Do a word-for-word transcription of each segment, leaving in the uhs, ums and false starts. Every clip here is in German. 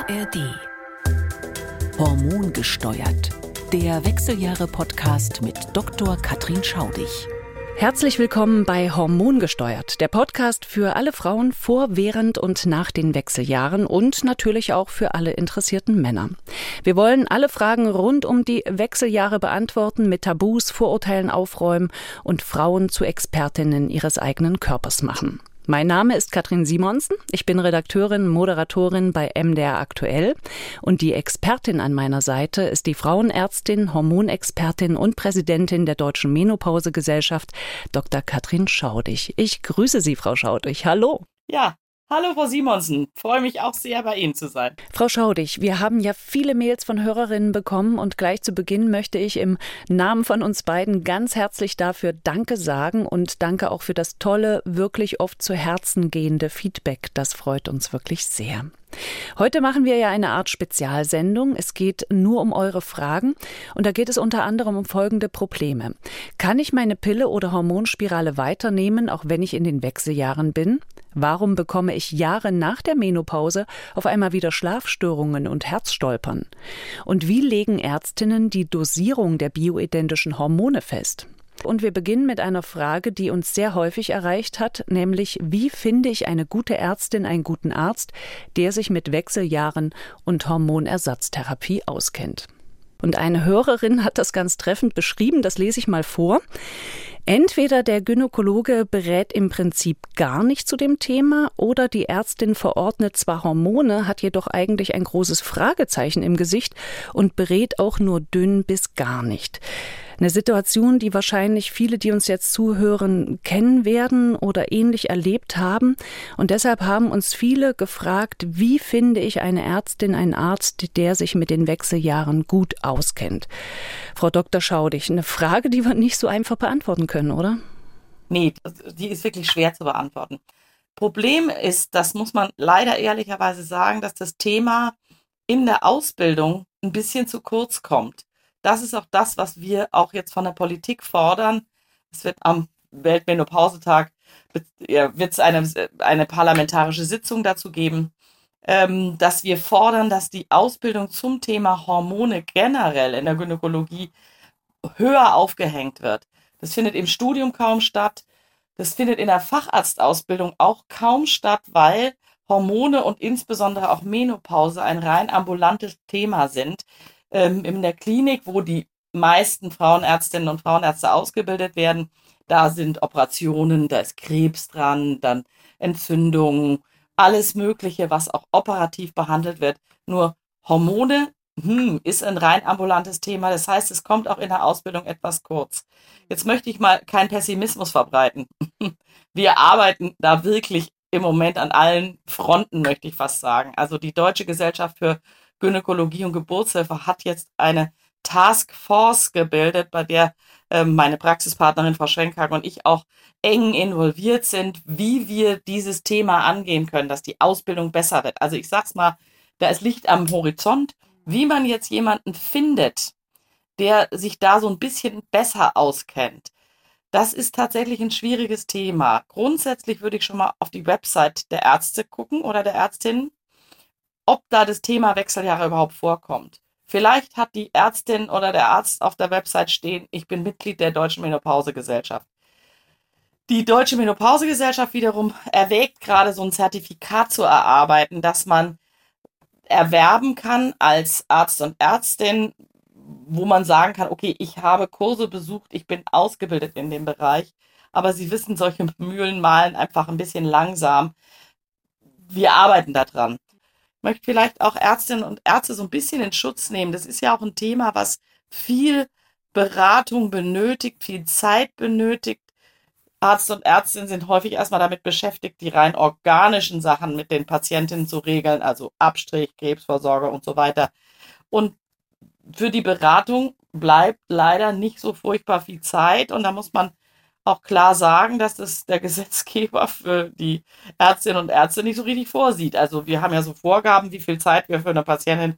A R D. Hormongesteuert. Der Wechseljahre-Podcast mit Doktor Katrin Schaudig. Herzlich willkommen bei Hormongesteuert, der Podcast für alle Frauen vor, während und nach den Wechseljahren und natürlich auch für alle interessierten Männer. Wir wollen alle Fragen rund um die Wechseljahre beantworten, mit Tabus, Vorurteilen aufräumen und Frauen zu Expertinnen ihres eigenen Körpers machen. Mein Name ist Katrin Simonsen, ich bin Redakteurin, Moderatorin bei M D R Aktuell und die Expertin an meiner Seite ist die Frauenärztin, Hormonexpertin und Präsidentin der Deutschen Menopausegesellschaft, Doktor Katrin Schaudig. Ich grüße Sie, Frau Schaudig. Hallo. Ja. Hallo Frau Simonsen, freue mich auch sehr, bei Ihnen zu sein. Frau Schaudig, wir haben ja viele Mails von Hörerinnen bekommen und gleich zu Beginn möchte ich im Namen von uns beiden ganz herzlich dafür Danke sagen und danke auch für das tolle, wirklich oft zu Herzen gehende Feedback. Das freut uns wirklich sehr. Heute machen wir ja eine Art Spezialsendung. Es geht nur um eure Fragen und da geht es unter anderem um folgende Probleme. Kann ich meine Pille oder Hormonspirale weiternehmen, auch wenn ich in den Wechseljahren bin? Warum bekomme ich Jahre nach der Menopause auf einmal wieder Schlafstörungen und Herzstolpern? Und wie legen Ärztinnen die Dosierung der bioidentischen Hormone fest? Und wir beginnen mit einer Frage, die uns sehr häufig erreicht hat, nämlich wie finde ich eine gute Ärztin, einen guten Arzt, der sich mit Wechseljahren und Hormonersatztherapie auskennt. Und eine Hörerin hat das ganz treffend beschrieben, das lese ich mal vor. Entweder der Gynäkologe berät im Prinzip gar nicht zu dem Thema oder die Ärztin verordnet zwar Hormone, hat jedoch eigentlich ein großes Fragezeichen im Gesicht und berät auch nur dünn bis gar nicht. Eine Situation, die wahrscheinlich viele, die uns jetzt zuhören, kennen werden oder ähnlich erlebt haben. Und deshalb haben uns viele gefragt, wie finde ich eine Ärztin, einen Arzt, der sich mit den Wechseljahren gut auskennt. Frau Doktor Schaudig, eine Frage, die wir nicht so einfach beantworten können, oder? Nee, die ist wirklich schwer zu beantworten. Problem ist, das muss man leider ehrlicherweise sagen, dass das Thema in der Ausbildung ein bisschen zu kurz kommt. Das ist auch das, was wir auch jetzt von der Politik fordern. Es wird am Weltmenopausetag ja, wird es eine, eine parlamentarische Sitzung dazu geben, ähm, dass wir fordern, dass die Ausbildung zum Thema Hormone generell in der Gynäkologie höher aufgehängt wird. Das findet im Studium kaum statt. Das findet in der Facharztausbildung auch kaum statt, weil Hormone und insbesondere auch Menopause ein rein ambulantes Thema sind. Ähm, in der Klinik, wo die meisten Frauenärztinnen und Frauenärzte ausgebildet werden, da sind Operationen, da ist Krebs dran, dann Entzündungen, alles Mögliche, was auch operativ behandelt wird. Nur Hormone hm, ist ein rein ambulantes Thema. Das heißt, es kommt auch in der Ausbildung etwas kurz. Jetzt möchte ich mal keinen Pessimismus verbreiten. Wir arbeiten da wirklich im Moment an allen Fronten, möchte ich fast sagen. Also die Deutsche Gesellschaft für Gynäkologie und Geburtshilfe hat jetzt eine Taskforce gebildet, bei der äh, meine Praxispartnerin Frau Schwenkhagen und ich auch eng involviert sind, wie wir dieses Thema angehen können, dass die Ausbildung besser wird. Also ich sag's mal, da ist Licht am Horizont. Wie man jetzt jemanden findet, der sich da so ein bisschen besser auskennt, das ist tatsächlich ein schwieriges Thema. Grundsätzlich würde ich schon mal auf die Website der Ärzte gucken oder der Ärztin, ob da das Thema Wechseljahre überhaupt vorkommt. Vielleicht hat die Ärztin oder der Arzt auf der Website stehen, ich bin Mitglied der Deutschen Menopausegesellschaft. Die Deutsche Menopausegesellschaft wiederum erwägt gerade so ein Zertifikat zu erarbeiten, dass man erwerben kann als Arzt und Ärztin, wo man sagen kann, okay, ich habe Kurse besucht, ich bin ausgebildet in dem Bereich, aber Sie wissen, solche Mühlen mahlen einfach ein bisschen langsam. Wir arbeiten daran. Ich möchte vielleicht auch Ärztinnen und Ärzte so ein bisschen in Schutz nehmen. Das ist ja auch ein Thema, was viel Beratung benötigt, viel Zeit benötigt. Arzt und Ärztin sind häufig erstmal damit beschäftigt, die rein organischen Sachen mit den Patientinnen zu regeln, also Abstrich, Krebsvorsorge und so weiter. Und für die Beratung bleibt leider nicht so furchtbar viel Zeit und da muss man auch klar sagen, dass das der Gesetzgeber für die Ärztinnen und Ärzte nicht so richtig vorsieht. Also wir haben ja so Vorgaben, wie viel Zeit wir für eine Patientin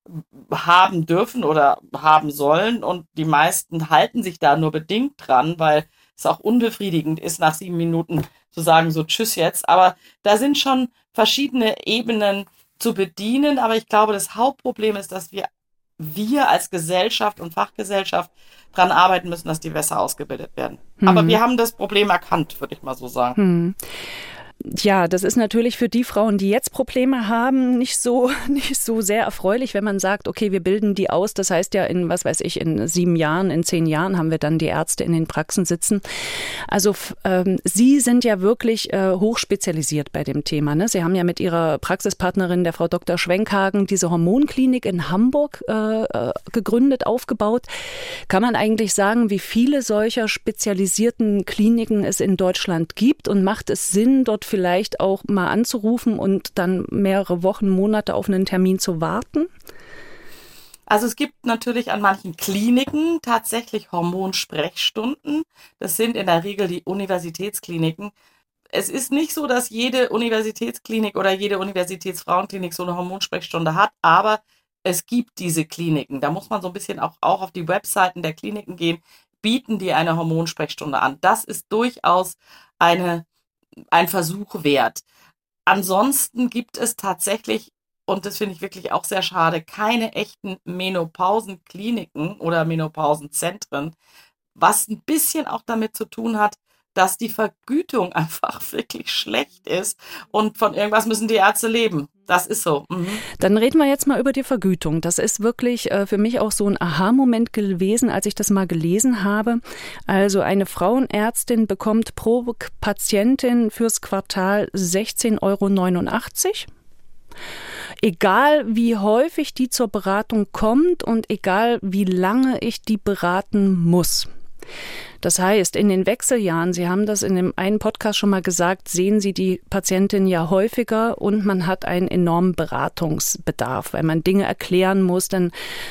haben dürfen oder haben sollen und die meisten halten sich da nur bedingt dran, weil es auch unbefriedigend ist, nach sieben Minuten zu sagen, so tschüss jetzt. Aber da sind schon verschiedene Ebenen, zu bedienen. Aber ich glaube, das Hauptproblem ist, dass wir, wir als Gesellschaft und Fachgesellschaft dran arbeiten müssen, dass die besser ausgebildet werden. Mhm. Aber wir haben das Problem erkannt, würde ich mal so sagen. Mhm. Ja, das ist natürlich für die Frauen, die jetzt Probleme haben, nicht so, nicht so sehr erfreulich, wenn man sagt, okay, wir bilden die aus. Das heißt ja in, was weiß ich, in sieben Jahren, in zehn Jahren haben wir dann die Ärzte in den Praxen sitzen. Also ähm, Sie sind ja wirklich äh, hochspezialisiert bei dem Thema, ne? Sie haben ja mit Ihrer Praxispartnerin, der Frau Doktor Schwenkhagen, diese Hormonklinik in Hamburg äh, gegründet, aufgebaut. Kann man eigentlich sagen, wie viele solcher spezialisierten Kliniken es in Deutschland gibt, und macht es Sinn, dort vielleicht auch mal anzurufen und dann mehrere Wochen, Monate auf einen Termin zu warten? Also es gibt natürlich an manchen Kliniken tatsächlich Hormonsprechstunden. Das sind in der Regel die Universitätskliniken. Es ist nicht so, dass jede Universitätsklinik oder jede Universitätsfrauenklinik so eine Hormonsprechstunde hat, aber es gibt diese Kliniken. Da muss man so ein bisschen auch, auch auf die Webseiten der Kliniken gehen, bieten die eine Hormonsprechstunde an. Das ist durchaus eine ein Versuch wert. Ansonsten gibt es tatsächlich, und das finde ich wirklich auch sehr schade, keine echten Menopausenkliniken oder Menopausenzentren, was ein bisschen auch damit zu tun hat, dass die Vergütung einfach wirklich schlecht ist und von irgendwas müssen die Ärzte leben. Das ist so. Mhm. Dann reden wir jetzt mal über die Vergütung. Das ist wirklich äh, für mich auch so ein Aha-Moment gewesen, als ich das mal gelesen habe. Also eine Frauenärztin bekommt pro Patientin fürs Quartal sechzehn Euro neunundachtzig. Egal wie häufig die zur Beratung kommt und egal wie lange ich die beraten muss. Das heißt, in den Wechseljahren, Sie haben das in dem einen Podcast schon mal gesagt, sehen Sie die Patientin ja häufiger und man hat einen enormen Beratungsbedarf. Wenn man Dinge erklären muss, dann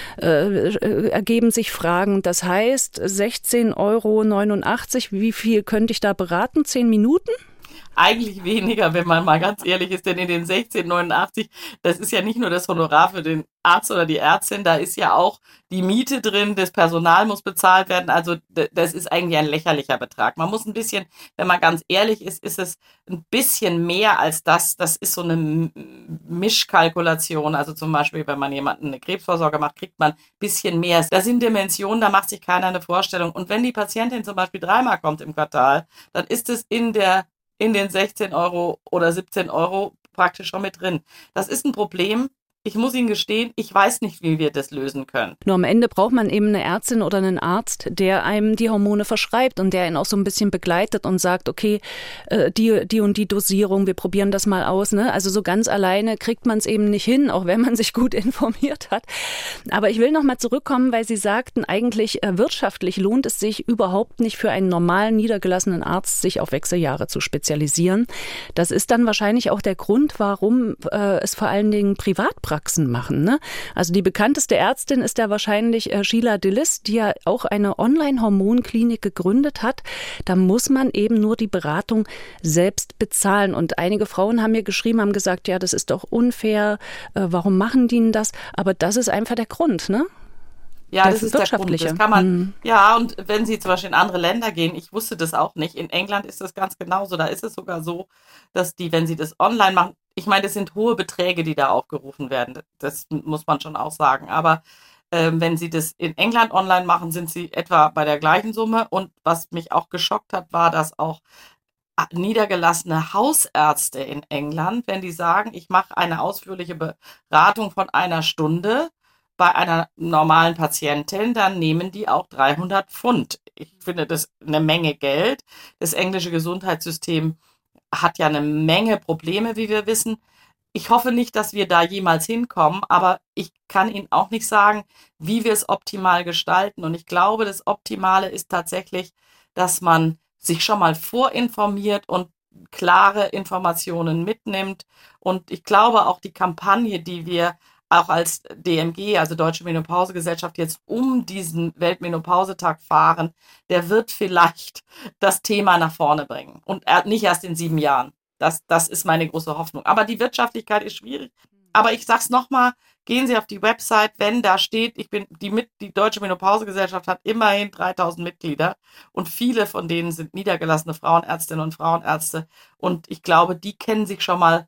äh, ergeben sich Fragen. Das heißt, sechzehn Euro neunundachtzig, wie viel könnte ich da beraten? Zehn Minuten? Eigentlich weniger, wenn man mal ganz ehrlich ist, denn in den sechzehn neunundachtzig, das ist ja nicht nur das Honorar für den Arzt oder die Ärztin, da ist ja auch die Miete drin, das Personal muss bezahlt werden, also das ist eigentlich ein lächerlicher Betrag. Man muss ein bisschen, wenn man ganz ehrlich ist, ist es ein bisschen mehr als das, das ist so eine Mischkalkulation, also zum Beispiel, wenn man jemanden eine Krebsvorsorge macht, kriegt man ein bisschen mehr. Das sind Dimensionen, da macht sich keiner eine Vorstellung. Und wenn die Patientin zum Beispiel dreimal kommt im Quartal, dann ist es in der in den sechzehn Euro oder siebzehn Euro praktisch schon mit drin. Das ist ein Problem. Ich muss Ihnen gestehen, ich weiß nicht, wie wir das lösen können. Nur am Ende braucht man eben eine Ärztin oder einen Arzt, der einem die Hormone verschreibt und der ihn auch so ein bisschen begleitet und sagt, okay, die, die und die Dosierung, wir probieren das mal aus. Ne? Also so ganz alleine kriegt man es eben nicht hin, auch wenn man sich gut informiert hat. Aber ich will noch mal zurückkommen, weil Sie sagten, eigentlich wirtschaftlich lohnt es sich überhaupt nicht für einen normalen niedergelassenen Arzt, sich auf Wechseljahre zu spezialisieren. Das ist dann wahrscheinlich auch der Grund, warum äh, es vor allen Dingen Privatpraxen machen. Ne? Also die bekannteste Ärztin ist ja wahrscheinlich äh, Sheila Dillis, die ja auch eine Online-Hormonklinik gegründet hat. Da muss man eben nur die Beratung selbst bezahlen. Und einige Frauen haben mir geschrieben, haben gesagt, ja, das ist doch unfair, äh, warum machen die denn das? Aber das ist einfach der Grund, ne? Ja, das ist der Grund. Das kann man, mhm. Ja, und wenn Sie zum Beispiel in andere Länder gehen, ich wusste das auch nicht, in England ist das ganz genauso, da ist es sogar so, dass die, wenn sie das online machen, ich meine, das sind hohe Beträge, die da aufgerufen werden, das muss man schon auch sagen, aber äh, wenn Sie das in England online machen, sind Sie etwa bei der gleichen Summe, und was mich auch geschockt hat, war, dass auch niedergelassene Hausärzte in England, wenn die sagen, ich mache eine ausführliche Beratung von einer Stunde, bei einer normalen Patientin, dann nehmen die auch dreihundert Pfund. Ich finde das eine Menge Geld. Das englische Gesundheitssystem hat ja eine Menge Probleme, wie wir wissen. Ich hoffe nicht, dass wir da jemals hinkommen, aber ich kann Ihnen auch nicht sagen, wie wir es optimal gestalten. Und ich glaube, das Optimale ist tatsächlich, dass man sich schon mal vorinformiert und klare Informationen mitnimmt. Und ich glaube auch die Kampagne, die wir auch als D M G, also Deutsche Menopausegesellschaft, jetzt um diesen Weltmenopausetag fahren, der wird vielleicht das Thema nach vorne bringen. Und nicht erst in sieben Jahren. Das, das ist meine große Hoffnung. Aber die Wirtschaftlichkeit ist schwierig. Aber ich sag's nochmal, gehen Sie auf die Website, wenn da steht, ich bin die, mit, die Deutsche Menopausegesellschaft hat immerhin dreitausend Mitglieder und viele von denen sind niedergelassene Frauenärztinnen und Frauenärzte. Und ich glaube, die kennen sich schon mal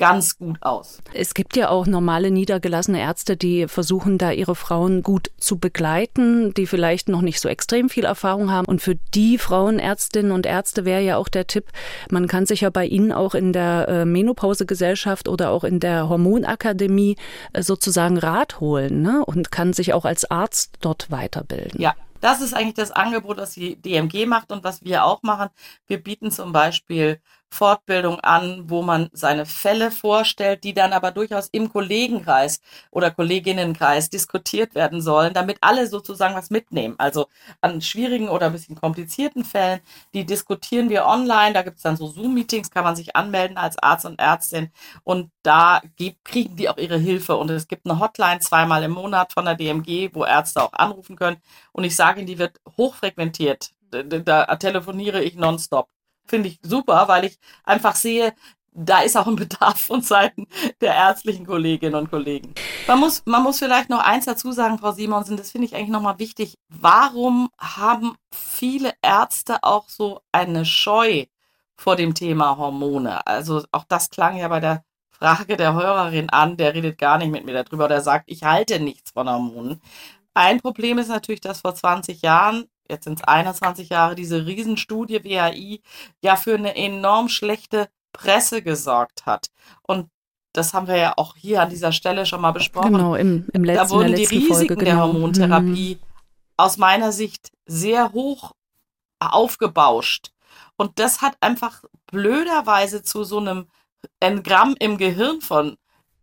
ganz gut aus. Es gibt ja auch normale niedergelassene Ärzte, die versuchen da ihre Frauen gut zu begleiten, die vielleicht noch nicht so extrem viel Erfahrung haben. Und für die Frauenärztinnen und Ärzte wäre ja auch der Tipp, man kann sich ja bei Ihnen auch in der äh, Menopausegesellschaft oder auch in der Hormonakademie äh, sozusagen Rat holen, ne? Und kann sich auch als Arzt dort weiterbilden. Ja. Das ist eigentlich das Angebot, das die D M G macht und was wir auch machen. Wir bieten zum Beispiel Fortbildung an, wo man seine Fälle vorstellt, die dann aber durchaus im Kollegenkreis oder Kolleginnenkreis diskutiert werden sollen, damit alle sozusagen was mitnehmen. Also an schwierigen oder ein bisschen komplizierten Fällen, die diskutieren wir online. Da gibt es dann so Zoom-Meetings, kann man sich anmelden als Arzt und Ärztin und da kriegen die auch ihre Hilfe. Und es gibt eine Hotline zweimal im Monat von der D M G, wo Ärzte auch anrufen können. Und ich sage Ihnen, die wird hochfrequentiert. Da, da telefoniere ich nonstop. Finde ich super, weil ich einfach sehe, da ist auch ein Bedarf von Seiten der ärztlichen Kolleginnen und Kollegen. Man muss, man muss vielleicht noch eins dazu sagen, Frau Simonsen, das finde ich eigentlich nochmal wichtig. Warum haben viele Ärzte auch so eine Scheu vor dem Thema Hormone? Also auch das klang ja bei der Frage der Hörerin an, der redet gar nicht mit mir darüber oder sagt, ich halte nichts von Hormonen. Ein Problem ist natürlich, dass vor zwanzig Jahren, jetzt sind es einundzwanzig Jahre, diese Riesenstudie W H I ja für eine enorm schlechte Presse gesorgt hat. Und das haben wir ja auch hier an dieser Stelle schon mal besprochen. Genau, im, im letzten, da wurden die Risiken Folge, genau. der Hormontherapie mhm. aus meiner Sicht sehr hoch aufgebauscht. Und das hat einfach blöderweise zu so einem Engramm im Gehirn von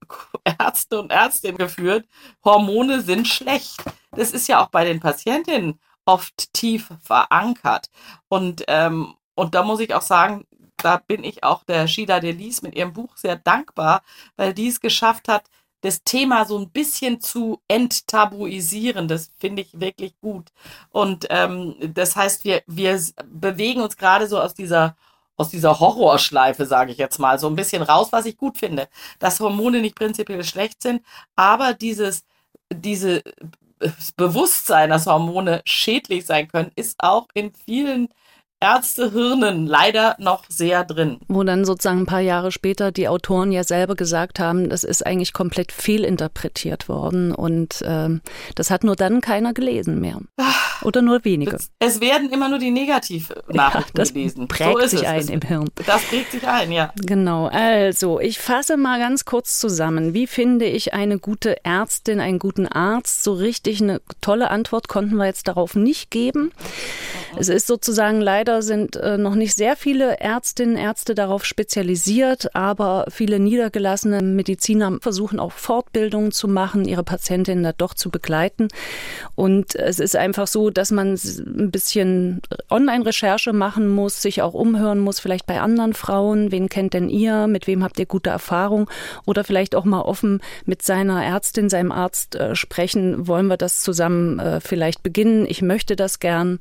Ärzte und Ärztinnen geführt, Hormone sind schlecht. Das ist ja auch bei den Patientinnen oft tief verankert. Und, ähm, und da muss ich auch sagen, da bin ich auch der Sheila Delis mit ihrem Buch sehr dankbar, weil die es geschafft hat, das Thema so ein bisschen zu enttabuisieren. Das finde ich wirklich gut. Und ähm, das heißt, wir, wir bewegen uns gerade so aus dieser aus dieser Horrorschleife, sage ich jetzt mal, so ein bisschen raus, was ich gut finde, dass Hormone nicht prinzipiell schlecht sind, aber dieses, diese Bewusstsein, dass Hormone schädlich sein können, ist auch in vielen Ärztehirnen leider noch sehr drin. Wo dann sozusagen ein paar Jahre später die Autoren ja selber gesagt haben, das ist eigentlich komplett fehlinterpretiert worden und ähm, das hat nur dann keiner gelesen mehr. Oder nur wenige. Es, es werden immer nur die Negativnachrichten ja, das gelesen. Prägt so ist sich es. ein es, im Hirn. Das prägt sich ein, ja. Genau. Also, ich fasse mal ganz kurz zusammen. Wie finde ich eine gute Ärztin, einen guten Arzt? So richtig eine tolle Antwort konnten wir jetzt darauf nicht geben. Es ist sozusagen, leider sind äh, noch nicht sehr viele Ärztinnen, Ärzte darauf spezialisiert, aber viele niedergelassene Mediziner versuchen auch Fortbildungen zu machen, ihre Patientinnen da doch zu begleiten. Und es ist einfach so, dass man ein bisschen Online-Recherche machen muss, sich auch umhören muss, vielleicht bei anderen Frauen. Wen kennt denn ihr? Mit wem habt ihr gute Erfahrung? Oder vielleicht auch mal offen mit seiner Ärztin, seinem Arzt äh, sprechen. Wollen wir das zusammen äh, vielleicht beginnen? Ich möchte das gern.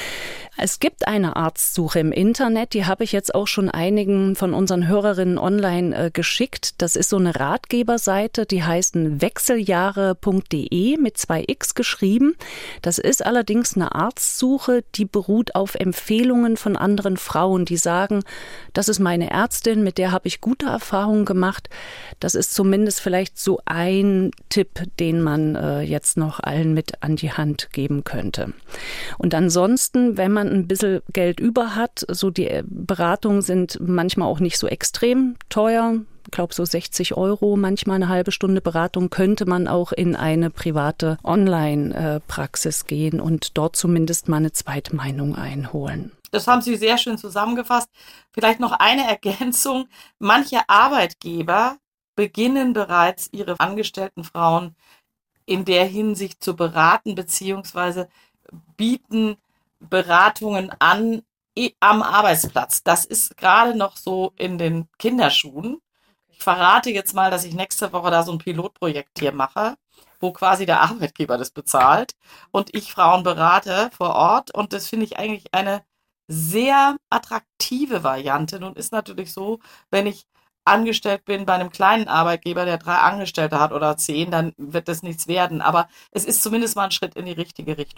Es gibt eine Arztsuche im Internet, die habe ich jetzt auch schon einigen von unseren Hörerinnen online äh, geschickt. Das ist so eine Ratgeberseite, die heißt wechseljahre punkt de mit zwei X geschrieben. Das ist allerdings eine Arztsuche, die beruht auf Empfehlungen von anderen Frauen, die sagen, das ist meine Ärztin, mit der habe ich gute Erfahrungen gemacht. Das ist zumindest vielleicht so ein Tipp, den man äh, jetzt noch allen mit an die Hand geben könnte. Und ansonsten, wenn man ein bisschen Geld über hat, so die Beratungen sind manchmal auch nicht so extrem teuer. Ich glaube so sechzig Euro, manchmal eine halbe Stunde Beratung, könnte man auch in eine private Online-Praxis gehen und dort zumindest mal eine Zweitmeinung einholen. Das haben Sie sehr schön zusammengefasst. Vielleicht noch eine Ergänzung. Manche Arbeitgeber beginnen bereits, ihre angestellten Frauen in der Hinsicht zu beraten, beziehungsweise bieten Beratungen an am Arbeitsplatz. Das ist gerade noch so in den Kinderschuhen. Ich verrate jetzt mal, dass ich nächste Woche da so ein Pilotprojekt hier mache, wo quasi der Arbeitgeber das bezahlt und ich Frauen berate vor Ort. Und das finde ich eigentlich eine sehr attraktive Variante. Nun ist natürlich so, wenn ich angestellt bin bei einem kleinen Arbeitgeber, der drei Angestellte hat oder zehn, dann wird das nichts werden. Aber es ist zumindest mal ein Schritt in die richtige Richtung.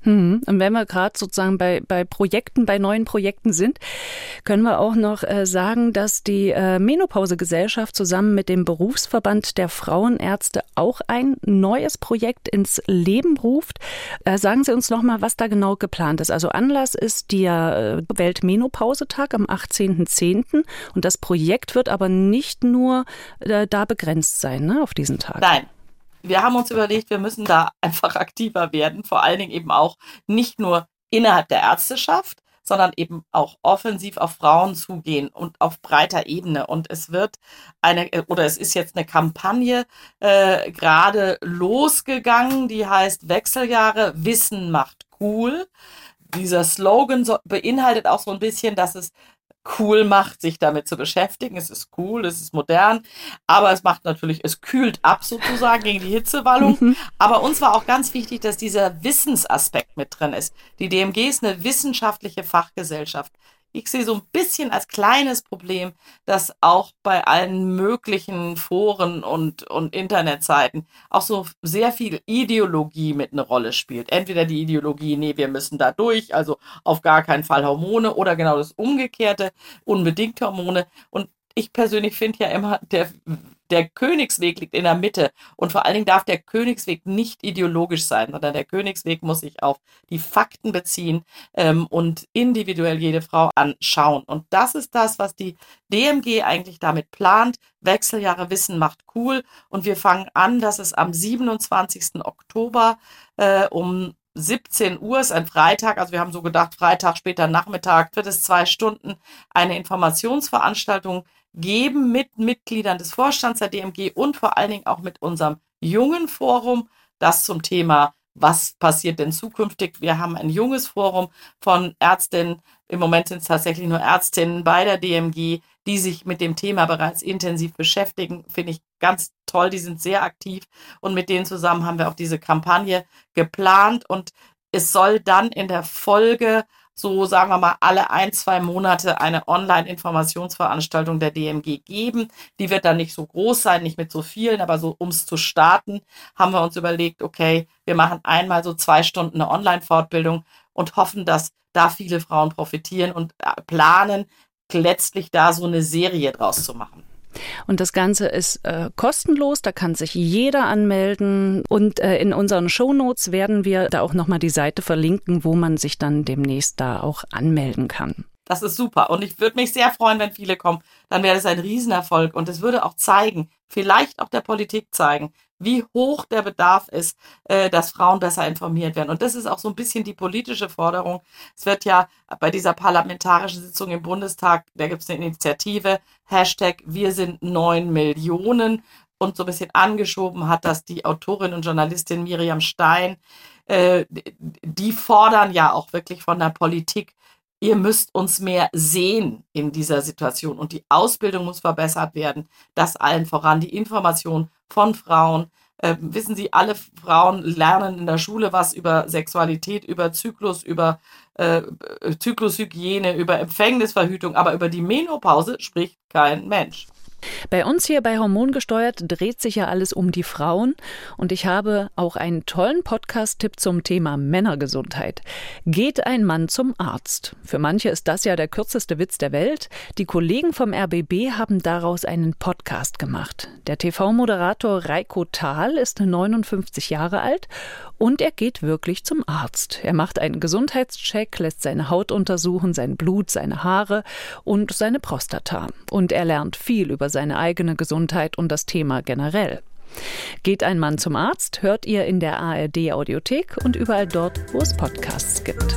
Und wenn wir gerade sozusagen bei, bei Projekten, bei neuen Projekten sind, können wir auch noch äh, sagen, dass die äh, Menopause-Gesellschaft zusammen mit dem Berufsverband der Frauenärzte auch ein neues Projekt ins Leben ruft. Äh, sagen Sie uns noch mal, was da genau geplant ist. Also Anlass ist der äh, Weltmenopausetag am achtzehnten zehnten und das Projekt wird aber nicht nur äh, da begrenzt sein, ne, auf diesen Tag. Nein. Wir haben uns überlegt, wir müssen da einfach aktiver werden, vor allen Dingen eben auch nicht nur innerhalb der Ärzteschaft, sondern eben auch offensiv auf Frauen zugehen und auf breiter Ebene. Und es wird eine, oder es ist jetzt eine Kampagne äh, gerade losgegangen, die heißt Wechseljahre, Wissen macht cool. Dieser Slogan so, beinhaltet auch so ein bisschen, dass es cool macht, sich damit zu beschäftigen. Es ist cool, es ist modern, aber es macht natürlich, es kühlt ab sozusagen gegen die Hitzewallung. Aber uns war auch ganz wichtig, dass dieser Wissensaspekt mit drin ist. Die D M G ist eine wissenschaftliche Fachgesellschaft. Ich sehe so ein bisschen als kleines Problem, dass auch bei allen möglichen Foren und, und Internetseiten auch so sehr viel Ideologie mit eine Rolle spielt. Entweder die Ideologie, nee, wir müssen da durch, also auf gar keinen Fall Hormone, oder genau das Umgekehrte, unbedingt Hormone. Und ich persönlich finde ja immer, der, der Königsweg liegt in der Mitte. Und vor allen Dingen darf der Königsweg nicht ideologisch sein, sondern der Königsweg muss sich auf die Fakten beziehen ähm, und individuell jede Frau anschauen. Und das ist das, was die D M G eigentlich damit plant. Wechseljahre Wissen macht cool. Und wir fangen an, dass es am siebenundzwanzigsten Oktober äh, um siebzehn Uhr ist ein Freitag, also wir haben so gedacht, Freitag, später Nachmittag, wird es zwei Stunden eine Informationsveranstaltung geben mit Mitgliedern des Vorstands der D M G und vor allen Dingen auch mit unserem jungen Forum, das zum Thema, was passiert denn zukünftig? Wir haben ein junges Forum von Ärztinnen, im Moment sind es tatsächlich nur Ärztinnen bei der D M G, die sich mit dem Thema bereits intensiv beschäftigen, finde ich ganz toll, die sind sehr aktiv und mit denen zusammen haben wir auch diese Kampagne geplant und es soll dann in der Folge, so sagen wir mal, alle ein, zwei Monate eine Online-Informationsveranstaltung der D M G geben. Die wird dann nicht so groß sein, nicht mit so vielen, aber so, um es zu starten, haben wir uns überlegt, okay, wir machen einmal so zwei Stunden eine Online-Fortbildung und hoffen, dass da viele Frauen profitieren und planen, letztlich da so eine Serie draus zu machen. Und das Ganze ist äh, kostenlos, da kann sich jeder anmelden und äh, in unseren Shownotes werden wir da auch nochmal die Seite verlinken, wo man sich dann demnächst da auch anmelden kann. Das ist super und ich würde mich sehr freuen, wenn viele kommen. Dann wäre das ein Riesenerfolg und es würde auch zeigen, vielleicht auch der Politik zeigen, wie hoch der Bedarf ist, äh, dass Frauen besser informiert werden. Und das ist auch so ein bisschen die politische Forderung. Es wird ja bei dieser parlamentarischen Sitzung im Bundestag, da gibt es eine Initiative, Hashtag Wir sind neun Millionen und so ein bisschen angeschoben hat das die Autorin und Journalistin Miriam Stein. Äh, die fordern ja auch wirklich von der Politik, ihr müsst uns mehr sehen in dieser Situation und die Ausbildung muss verbessert werden. Das allen voran, die Information von Frauen. Äh, wissen Sie, alle Frauen lernen in der Schule was über Sexualität, über Zyklus, über äh, Zyklushygiene, über Empfängnisverhütung, aber über die Menopause spricht kein Mensch. Bei uns hier bei Hormongesteuert dreht sich ja alles um die Frauen und ich habe auch einen tollen Podcast-Tipp zum Thema Männergesundheit. Geht ein Mann zum Arzt? Für manche ist das ja der kürzeste Witz der Welt. Die Kollegen vom R B B haben daraus einen Podcast gemacht. Der T V-Moderator Reiko Thal ist neunundfünfzig Jahre alt und er geht wirklich zum Arzt. Er macht einen Gesundheitscheck, lässt seine Haut untersuchen, sein Blut, seine Haare und seine Prostata. Und er lernt viel über seine eigene Gesundheit und das Thema generell. Geht ein Mann zum Arzt, hört ihr in der A R D-Audiothek und überall dort, wo es Podcasts gibt.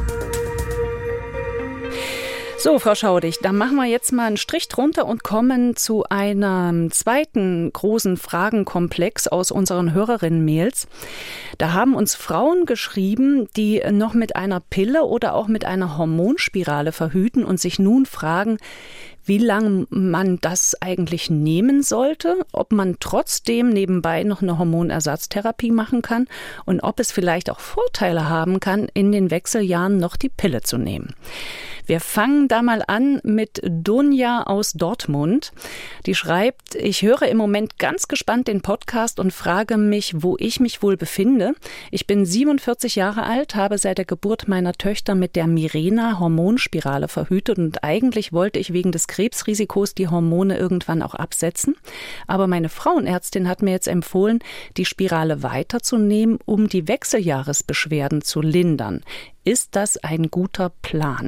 So, Frau Schaudig, dann machen wir jetzt mal einen Strich drunter und kommen zu einem zweiten großen Fragenkomplex aus unseren Hörerinnen-Mails. Da haben uns Frauen geschrieben, die noch mit einer Pille oder auch mit einer Hormonspirale verhüten und sich nun fragen, wie lange man das eigentlich nehmen sollte, ob man trotzdem nebenbei noch eine Hormonersatztherapie machen kann und ob es vielleicht auch Vorteile haben kann, in den Wechseljahren noch die Pille zu nehmen. Wir fangen da mal an mit Dunja aus Dortmund. Die schreibt, ich höre im Moment ganz gespannt den Podcast und frage mich, wo ich mich wohl befinde. Ich bin siebenundvierzig Jahre alt, habe seit der Geburt meiner Töchter mit der Mirena Hormonspirale verhütet und eigentlich wollte ich wegen des Krebsrisikos die Hormone irgendwann auch absetzen. Aber meine Frauenärztin hat mir jetzt empfohlen, die Spirale weiterzunehmen, um die Wechseljahresbeschwerden zu lindern. Ist das ein guter Plan?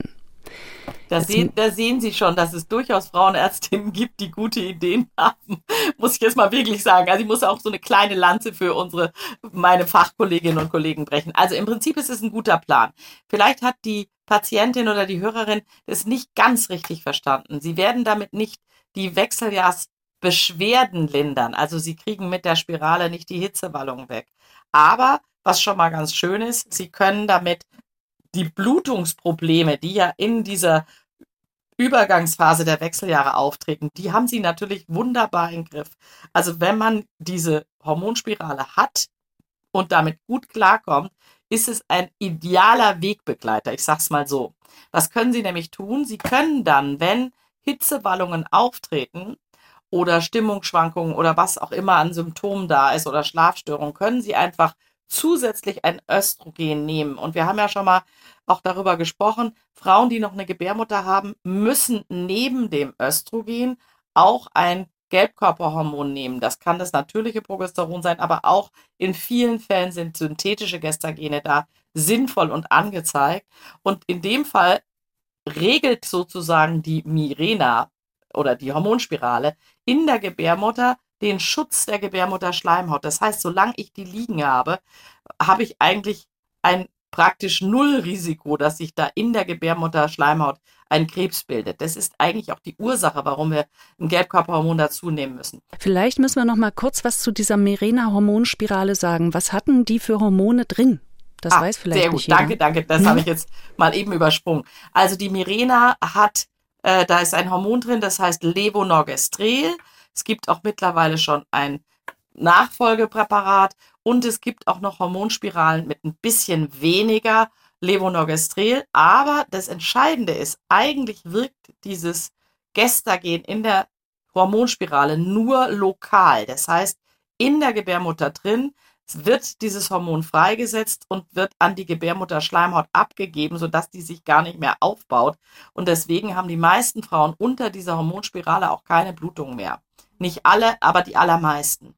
Da sehen, da sehen Sie schon, dass es durchaus Frauenärztinnen gibt, die gute Ideen haben, muss ich jetzt mal wirklich sagen. Also ich muss auch so eine kleine Lanze für unsere, meine Fachkolleginnen und Kollegen brechen. Also im Prinzip ist es ein guter Plan. Vielleicht hat die Patientin oder die Hörerin das nicht ganz richtig verstanden. Sie werden damit nicht die Wechseljahrsbeschwerden lindern. Also Sie kriegen mit der Spirale nicht die Hitzewallung weg. Aber was schon mal ganz schön ist, Sie können damit die Blutungsprobleme, die ja in dieser Übergangsphase der Wechseljahre auftreten, die haben sie natürlich wunderbar im Griff. Also wenn man diese Hormonspirale hat und damit gut klarkommt, ist es ein idealer Wegbegleiter. Ich sag's mal so. Was können Sie nämlich tun? Sie können dann, wenn Hitzewallungen auftreten oder Stimmungsschwankungen oder was auch immer an Symptomen da ist oder Schlafstörungen, können Sie einfach zusätzlich ein Östrogen nehmen. Und wir haben ja schon mal auch darüber gesprochen, Frauen, die noch eine Gebärmutter haben, müssen neben dem Östrogen auch ein Gelbkörperhormon nehmen. Das kann das natürliche Progesteron sein, aber auch in vielen Fällen sind synthetische Gestagene da sinnvoll und angezeigt. Und in dem Fall regelt sozusagen die Mirena oder die Hormonspirale in der Gebärmutter den Schutz der Gebärmutterschleimhaut. Das heißt, solange ich die liegen habe, habe ich eigentlich ein praktisch Nullrisiko, dass sich da in der Gebärmutterschleimhaut ein Krebs bildet. Das ist eigentlich auch die Ursache, warum wir ein Gelbkörperhormon dazu nehmen müssen. Vielleicht müssen wir noch mal kurz was zu dieser Mirena-Hormonspirale sagen. Was hatten die für Hormone drin? Das ah, weiß vielleicht sehr gut. nicht jeder. Danke, danke. Das hm. habe ich jetzt mal eben übersprungen. Also die Mirena hat, äh, da ist ein Hormon drin, das heißt Levonorgestrel. Es gibt auch mittlerweile schon ein Nachfolgepräparat und es gibt auch noch Hormonspiralen mit ein bisschen weniger Levonorgestrel. Aber das Entscheidende ist, eigentlich wirkt dieses Gestagen in der Hormonspirale nur lokal. Das heißt, in der Gebärmutter drin wird dieses Hormon freigesetzt und wird an die Gebärmutterschleimhaut abgegeben, sodass die sich gar nicht mehr aufbaut. Und deswegen haben die meisten Frauen unter dieser Hormonspirale auch keine Blutung mehr. Nicht alle, aber die allermeisten.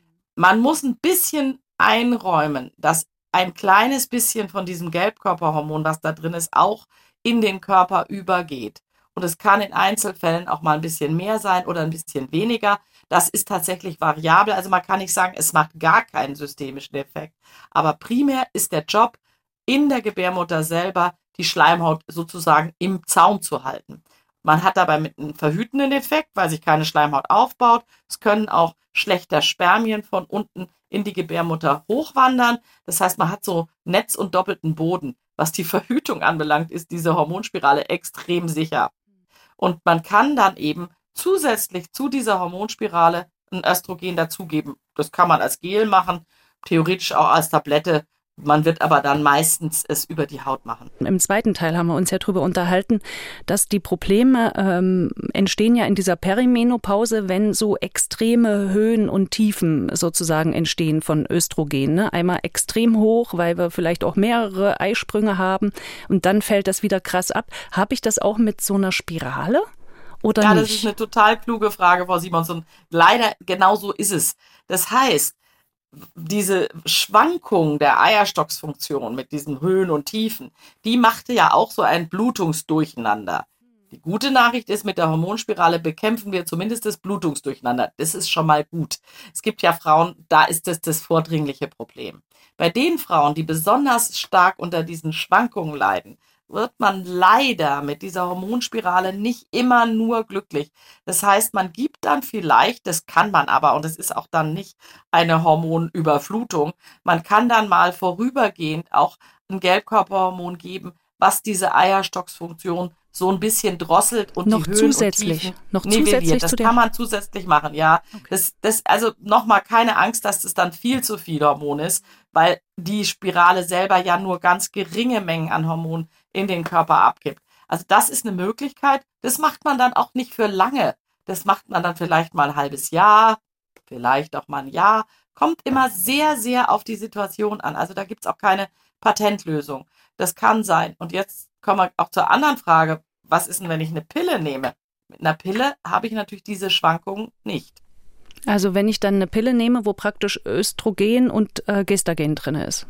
Man muss ein bisschen einräumen, dass ein kleines bisschen von diesem Gelbkörperhormon, was da drin ist, auch in den Körper übergeht. Und es kann in Einzelfällen auch mal ein bisschen mehr sein oder ein bisschen weniger. Das ist tatsächlich variabel. Also man kann nicht sagen, es macht gar keinen systemischen Effekt. Aber primär ist der Job, in der Gebärmutter selber die Schleimhaut sozusagen im Zaum zu halten. Man hat dabei mit einem verhütenden Effekt, weil sich keine Schleimhaut aufbaut. Es können auch schlechter Spermien von unten in die Gebärmutter hochwandern. Das heißt, man hat so Netz und doppelten Boden. Was die Verhütung anbelangt, ist diese Hormonspirale extrem sicher. Und man kann dann eben zusätzlich zu dieser Hormonspirale ein Östrogen dazugeben. Das kann man als Gel machen, theoretisch auch als Tablette. Man wird aber dann meistens es über die Haut machen. Im zweiten Teil haben wir uns ja darüber unterhalten, dass die Probleme ähm, entstehen ja in dieser Perimenopause, wenn so extreme Höhen und Tiefen sozusagen entstehen von Östrogen. Ne? Einmal extrem hoch, weil wir vielleicht auch mehrere Eisprünge haben und dann fällt das wieder krass ab. Habe ich das auch mit so einer Spirale? Oder ja, nicht? Das ist eine total kluge Frage, Frau Simonson. Leider, genau so ist es. Das heißt, diese Schwankung der Eierstocksfunktion mit diesen Höhen und Tiefen, die machte ja auch so ein Blutungsdurcheinander. Die gute Nachricht ist, mit der Hormonspirale bekämpfen wir zumindest das Blutungsdurcheinander. Das ist schon mal gut. Es gibt ja Frauen, da ist das das vordringliche Problem. Bei den Frauen, die besonders stark unter diesen Schwankungen leiden, wird man leider mit dieser Hormonspirale nicht immer nur glücklich. Das heißt, man gibt dann vielleicht, das kann man aber, und es ist auch dann nicht eine Hormonüberflutung, man kann dann mal vorübergehend auch ein Gelbkörperhormon geben, was diese Eierstocksfunktion so ein bisschen drosselt und noch die Höhen zusätzlich, und Tiefen noch nivelliert. zusätzlich Das zu kann man zusätzlich machen, ja. Okay. Das, das, also nochmal keine Angst, dass das dann viel zu viel Hormon ist, weil die Spirale selber ja nur ganz geringe Mengen an Hormon in den Körper abgibt. Also das ist eine Möglichkeit. Das macht man dann auch nicht für lange. Das macht man dann vielleicht mal ein halbes Jahr, vielleicht auch mal ein Jahr. Kommt immer sehr, sehr auf die Situation an. Also da gibt es auch keine Patentlösung. Das kann sein. Und jetzt kommen wir auch zur anderen Frage. Was ist denn, wenn ich eine Pille nehme? Mit einer Pille habe ich natürlich diese Schwankungen nicht. Also wenn ich dann eine Pille nehme, wo praktisch Östrogen und äh, Gestagen drin ist.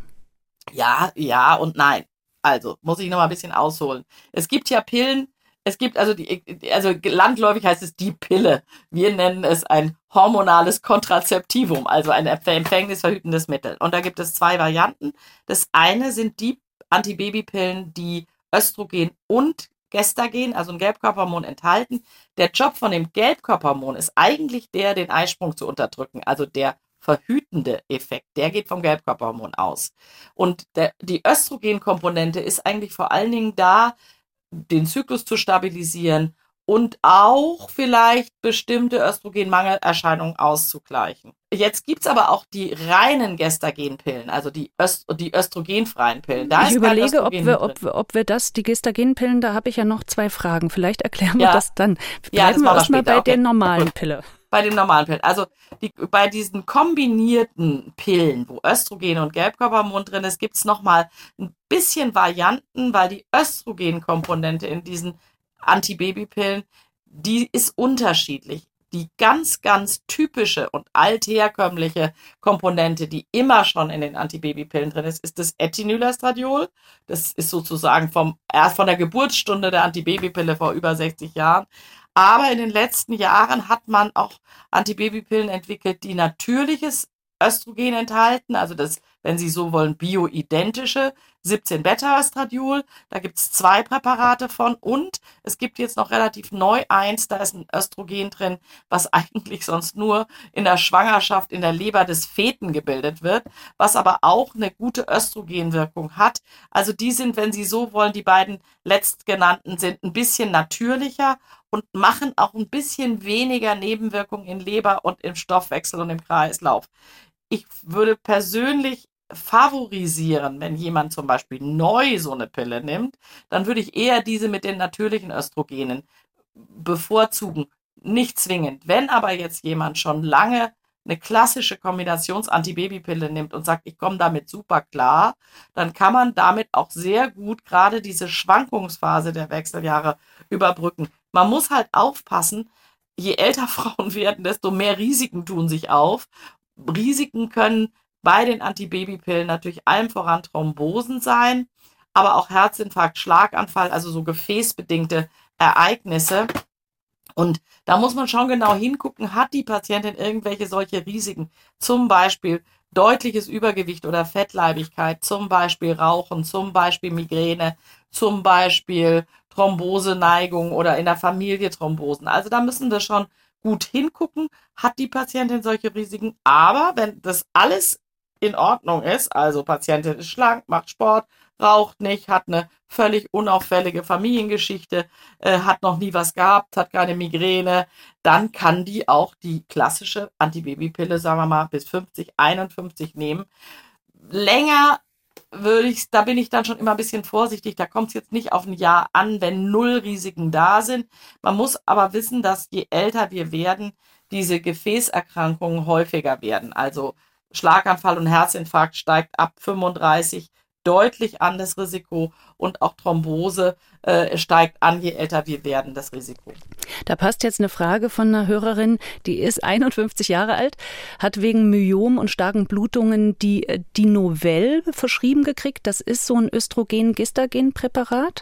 Ja, ja und nein. Also muss ich noch mal ein bisschen ausholen. Es gibt ja Pillen, es gibt also die, also landläufig heißt es die Pille. Wir nennen es ein hormonales Kontrazeptivum, also ein empfängnisverhütendes Mittel. Und da gibt es zwei Varianten. Das eine sind die Antibabypillen, die Östrogen und Gestagen, also ein Gelbkörperhormon, enthalten. Der Job von dem Gelbkörperhormon ist eigentlich der, den Eisprung zu unterdrücken, also der verhütende Effekt, der geht vom Gelbkörperhormon aus. Und der, die Östrogenkomponente ist eigentlich vor allen Dingen da, den Zyklus zu stabilisieren und auch vielleicht bestimmte Östrogenmangelerscheinungen auszugleichen. Jetzt gibt's aber auch die reinen Gestagenpillen, also die, Öst- die östrogenfreien Pillen. Da ich ist überlege, ob kein wir, ob, ob wir das, die Gestagenpillen, da habe ich ja noch zwei Fragen. Vielleicht erklären wir ja. das dann. Bleiben ja, das wir erstmal bei okay. den normalen Pillen. Bei den normalen Pillen. Also die, bei diesen kombinierten Pillen, wo Östrogen und Gelbkörperhormon drin ist, gibt's noch mal ein bisschen Varianten, weil die Östrogenkomponente in diesen Antibabypillen, die ist unterschiedlich. Die ganz, ganz typische und altherkömmliche Komponente, die immer schon in den Antibabypillen drin ist, ist das Ethinylestradiol. Das ist sozusagen vom, erst von der Geburtsstunde der Antibabypille vor über sechzig Jahren. Aber in den letzten Jahren hat man auch Antibabypillen entwickelt, die natürliches Östrogen enthalten, also das, wenn Sie so wollen, bioidentische siebzehn-Beta-Östradiol. Da gibt es zwei Präparate von und es gibt jetzt noch relativ neu eins, da ist ein Östrogen drin, was eigentlich sonst nur in der Schwangerschaft in der Leber des Feten gebildet wird, was aber auch eine gute Östrogenwirkung hat. Also die sind, wenn Sie so wollen, die beiden letztgenannten sind ein bisschen natürlicher und machen auch ein bisschen weniger Nebenwirkungen in Leber und im Stoffwechsel und im Kreislauf. Ich würde persönlich favorisieren, wenn jemand zum Beispiel neu so eine Pille nimmt, dann würde ich eher diese mit den natürlichen Östrogenen bevorzugen. Nicht zwingend. Wenn aber jetzt jemand schon lange eine klassische Kombinations-Antibabypille nimmt und sagt, ich komme damit super klar, dann kann man damit auch sehr gut gerade diese Schwankungsphase der Wechseljahre überbrücken. Man muss halt aufpassen, je älter Frauen werden, desto mehr Risiken tun sich auf. Risiken können bei den Antibabypillen natürlich allem voran Thrombosen sein, aber auch Herzinfarkt, Schlaganfall, also so gefäßbedingte Ereignisse. Und da muss man schon genau hingucken, hat die Patientin irgendwelche solche Risiken, zum Beispiel deutliches Übergewicht oder Fettleibigkeit, zum Beispiel Rauchen, zum Beispiel Migräne, zum Beispiel Thromboseneigung oder in der Familie Thrombosen. Also da müssen wir schon gut hingucken, hat die Patientin solche Risiken. Aber wenn das alles in Ordnung ist, also Patientin ist schlank, macht Sport, raucht nicht, hat eine völlig unauffällige Familiengeschichte, äh, hat noch nie was gehabt, hat keine Migräne, dann kann die auch die klassische Antibabypille, sagen wir mal, bis fünfzig, einundfünfzig nehmen. Länger würde ich, da bin ich dann schon immer ein bisschen vorsichtig, da kommt es jetzt nicht auf ein Jahr an, wenn null Risiken da sind. Man muss aber wissen, dass je älter wir werden, diese Gefäßerkrankungen häufiger werden. Also Schlaganfall und Herzinfarkt steigt ab fünfunddreißig deutlich an, das Risiko, und auch Thrombose äh, steigt an, je älter wir werden, das Risiko. Da passt jetzt eine Frage von einer Hörerin, die ist einundfünfzig Jahre alt, hat wegen Myom und starken Blutungen die Dinovell verschrieben gekriegt. Das ist so ein Östrogen-Gestagen-Präparat.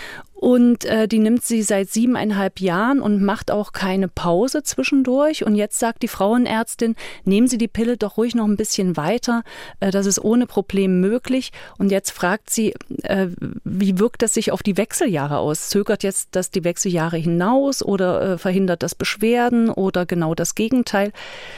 Und äh, die nimmt sie seit siebeneinhalb Jahren und macht auch keine Pause zwischendurch. Und jetzt sagt die Frauenärztin, nehmen Sie die Pille doch ruhig noch ein bisschen weiter. Äh, das ist ohne Problem möglich. Und jetzt fragt sie, äh, wie wirkt das sich auf die Wechseljahre aus? Zögert jetzt das die Wechseljahre hinaus oder äh, verhindert das Beschwerden oder genau das Gegenteil?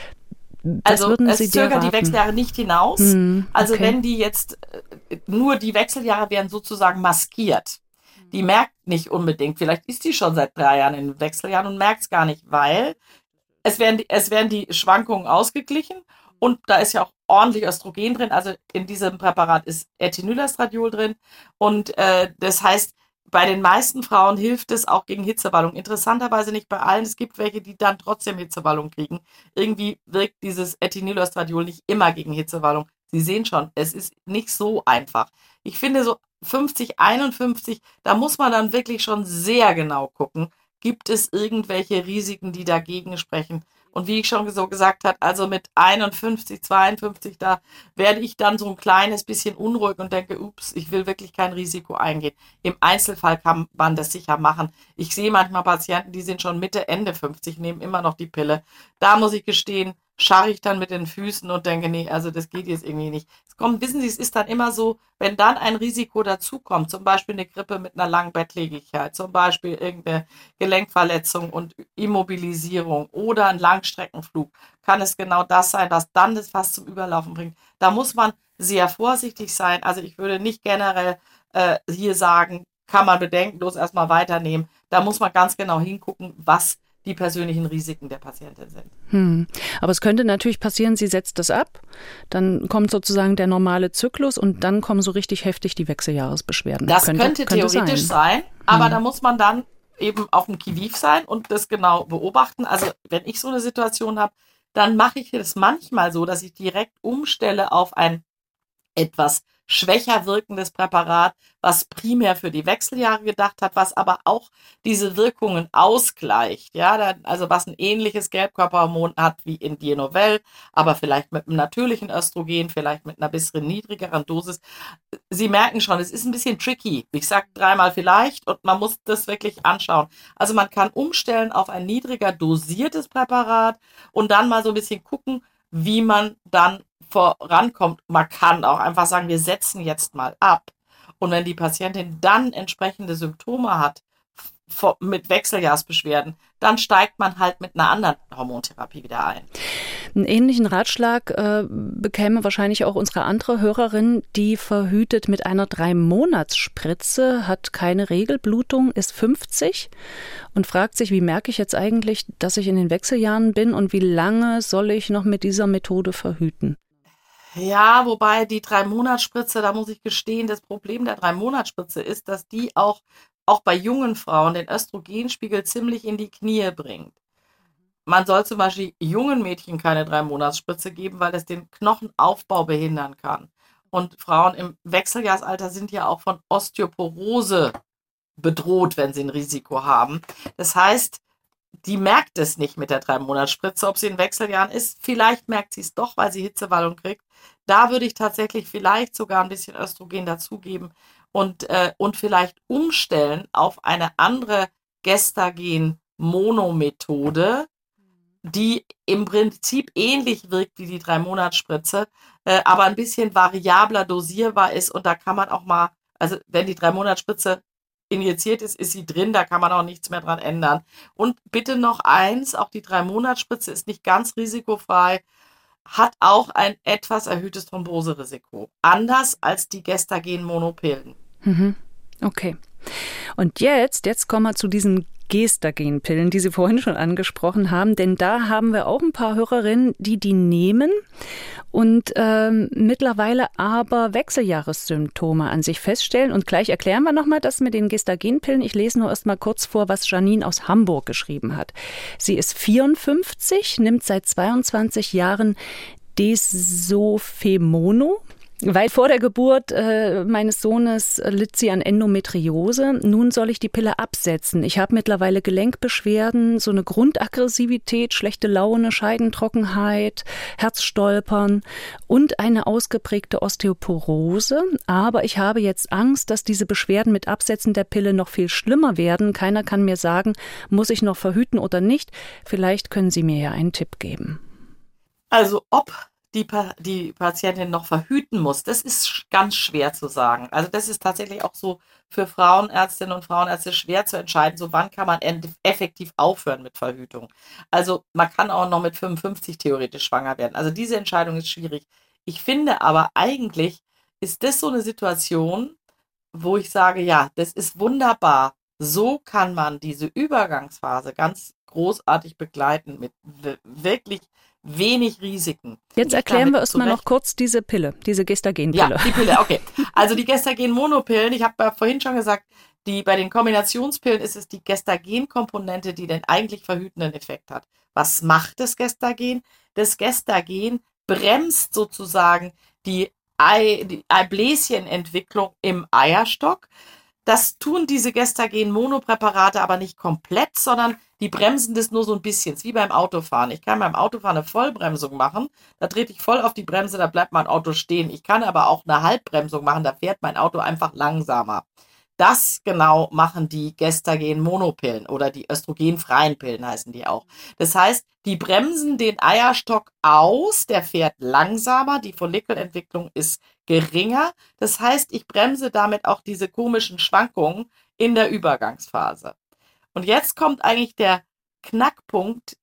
Das also würden es Sie dir zögert raten? Die Wechseljahre nicht hinaus. Hm, also okay. wenn die jetzt, nur die Wechseljahre werden sozusagen maskiert. die merkt nicht unbedingt, vielleicht ist die schon seit drei Jahren in den Wechseljahren und merkt es gar nicht, weil es werden, die, es werden die Schwankungen ausgeglichen und da ist ja auch ordentlich Östrogen drin, also in diesem Präparat ist Ethinylestradiol drin und äh, das heißt, bei den meisten Frauen hilft es auch gegen Hitzewallung. Interessanterweise nicht bei allen. Es gibt welche, die dann trotzdem Hitzewallung kriegen. Irgendwie wirkt dieses Ethinylestradiol nicht immer gegen Hitzewallung. Sie sehen schon, es ist nicht so einfach. Ich finde so fünfzig, einundfünfzig, da muss man dann wirklich schon sehr genau gucken. Gibt es irgendwelche Risiken, die dagegen sprechen? Und wie ich schon so gesagt habe, also mit einundfünfzig, zweiundfünfzig, da werde ich dann so ein kleines bisschen unruhig und denke, ups, ich will wirklich kein Risiko eingehen. Im Einzelfall kann man das sicher machen. Ich sehe manchmal Patienten, die sind schon Mitte, Ende fünfzig, nehmen immer noch die Pille. Da muss ich gestehen, scharre ich dann mit den Füßen und denke, nee, also das geht jetzt irgendwie nicht. Es kommt, wissen Sie, es ist dann immer so, wenn dann ein Risiko dazukommt, zum Beispiel eine Grippe mit einer langen Bettlägerigkeit, zum Beispiel irgendeine Gelenkverletzung und Immobilisierung oder ein Langstreckenflug, kann es genau das sein, was dann das Fass zum Überlaufen bringt. Da muss man sehr vorsichtig sein. Also ich würde nicht generell äh, hier sagen, kann man bedenkenlos erstmal weiternehmen. Da muss man ganz genau hingucken, was die persönlichen Risiken der Patientin sind. Hm. Aber es könnte natürlich passieren, sie setzt das ab, dann kommt sozusagen der normale Zyklus und dann kommen so richtig heftig die Wechseljahresbeschwerden. Das könnte, könnte, könnte theoretisch sein, sein aber hm. da muss man dann eben auf dem Qui-vive sein und das genau beobachten. Also wenn ich so eine Situation habe, dann mache ich das manchmal so, dass ich direkt umstelle auf ein etwas schwächer wirkendes Präparat, was primär für die Wechseljahre gedacht hat, was aber auch diese Wirkungen ausgleicht. Ja, also was ein ähnliches Gelbkörperhormon hat wie in Dienovell, aber vielleicht mit einem natürlichen Östrogen, vielleicht mit einer bisschen niedrigeren Dosis. Sie merken schon, es ist ein bisschen tricky. Ich sage dreimal vielleicht und man muss das wirklich anschauen. Also man kann umstellen auf ein niedriger dosiertes Präparat und dann mal so ein bisschen gucken, wie man dann vorankommt. Man kann auch einfach sagen, wir setzen jetzt mal ab. Und wenn die Patientin dann entsprechende Symptome hat mit Wechseljahrsbeschwerden, dann steigt man halt mit einer anderen Hormontherapie wieder ein. Einen ähnlichen Ratschlag äh, bekäme wahrscheinlich auch unsere andere Hörerin, die verhütet mit einer Drei-Monats-Spritze, hat keine Regelblutung, ist fünfzig und fragt sich, wie merke ich jetzt eigentlich, dass ich in den Wechseljahren bin und wie lange soll ich noch mit dieser Methode verhüten? Ja, wobei die Drei-Monats-Spritze, da muss ich gestehen, das Problem der Drei-Monats-Spritze ist, dass die auch, auch bei jungen Frauen den Östrogenspiegel ziemlich in die Knie bringt. Man soll zum Beispiel jungen Mädchen keine Drei-Monats-Spritze geben, weil das den Knochenaufbau behindern kann. Und Frauen im Wechseljahrsalter sind ja auch von Osteoporose bedroht, wenn sie ein Risiko haben. Das heißt, die merkt es nicht mit der Drei-Monats-Spritze, ob sie in Wechseljahren ist. Vielleicht merkt sie es doch, weil sie Hitzewallung kriegt. Da würde ich tatsächlich vielleicht sogar ein bisschen Östrogen dazugeben und, äh, und vielleicht umstellen auf eine andere Gestagen-Monomethode, die im Prinzip ähnlich wirkt wie die Drei-Monats-Spritze, äh, aber ein bisschen variabler dosierbar ist. Und da kann man auch mal, also wenn die Drei-Monats-Spritze injiziert ist, ist sie drin, da kann man auch nichts mehr dran ändern. Und bitte noch eins, auch die Drei-Monats-Spritze ist nicht ganz risikofrei, hat auch ein etwas erhöhtes Thromboserisiko. Anders als die Gestagen-Monopillen. Mhm. Okay. Und jetzt, jetzt kommen wir zu diesen Gestagenpillen, die Sie vorhin schon angesprochen haben, denn da haben wir auch ein paar Hörerinnen, die die nehmen und ähm, mittlerweile aber Wechseljahressymptome an sich feststellen. Und gleich erklären wir nochmal das mit den Gestagenpillen. Ich lese nur erst mal kurz vor, was Janine aus Hamburg geschrieben hat. Sie ist vierundfünfzig, nimmt seit zweiundzwanzig Jahren Desofemono. Weil vor der Geburt äh, meines Sohnes litt sie an Endometriose. Nun soll ich die Pille absetzen. Ich habe mittlerweile Gelenkbeschwerden, so eine Grundaggressivität, schlechte Laune, Scheidentrockenheit, Herzstolpern und eine ausgeprägte Osteoporose. Aber ich habe jetzt Angst, dass diese Beschwerden mit Absetzen der Pille noch viel schlimmer werden. Keiner kann mir sagen, muss ich noch verhüten oder nicht. Vielleicht können Sie mir ja einen Tipp geben. Also ob die, die Patientin noch verhüten muss, das ist ganz schwer zu sagen. Also das ist tatsächlich auch so für Frauenärztinnen und Frauenärzte schwer zu entscheiden, so wann kann man effektiv aufhören mit Verhütung. Also man kann auch noch mit fünfundfünfzig theoretisch schwanger werden. Also diese Entscheidung ist schwierig. Ich finde aber eigentlich, ist das so eine Situation, wo ich sage, ja, das ist wunderbar. So kann man diese Übergangsphase ganz großartig begleiten mit w- wirklich wenig Risiken. Jetzt Ich erklären damit wir erstmal noch zurecht- kurz diese Pille, diese Ja, Gestagen-Pille. die Pille, okay. Also die Gestagen-Monopillen, ich habe ja vorhin schon gesagt, die, bei den Kombinationspillen ist es die Gestagen-Komponente, die den eigentlich verhütenden Effekt hat. Was macht das Gestagen? Das Gestagen bremst sozusagen die, Ei, die Eibläschenentwicklung im Eierstock. Das tun diese Gestagen-Monopräparate aber nicht komplett, sondern die bremsen das nur so ein bisschen. Es ist wie beim Autofahren. Ich kann beim Autofahren eine Vollbremsung machen, da trete ich voll auf die Bremse, da bleibt mein Auto stehen. Ich kann aber auch eine Halbbremsung machen, da fährt mein Auto einfach langsamer. Das genau machen die Gestagen-Monopillen oder die östrogenfreien Pillen heißen die auch. Das heißt, die bremsen den Eierstock aus, der fährt langsamer, die Follikelentwicklung ist geringer. Das heißt, ich bremse damit auch diese komischen Schwankungen in der Übergangsphase. Und jetzt kommt eigentlich der Knackpunkt.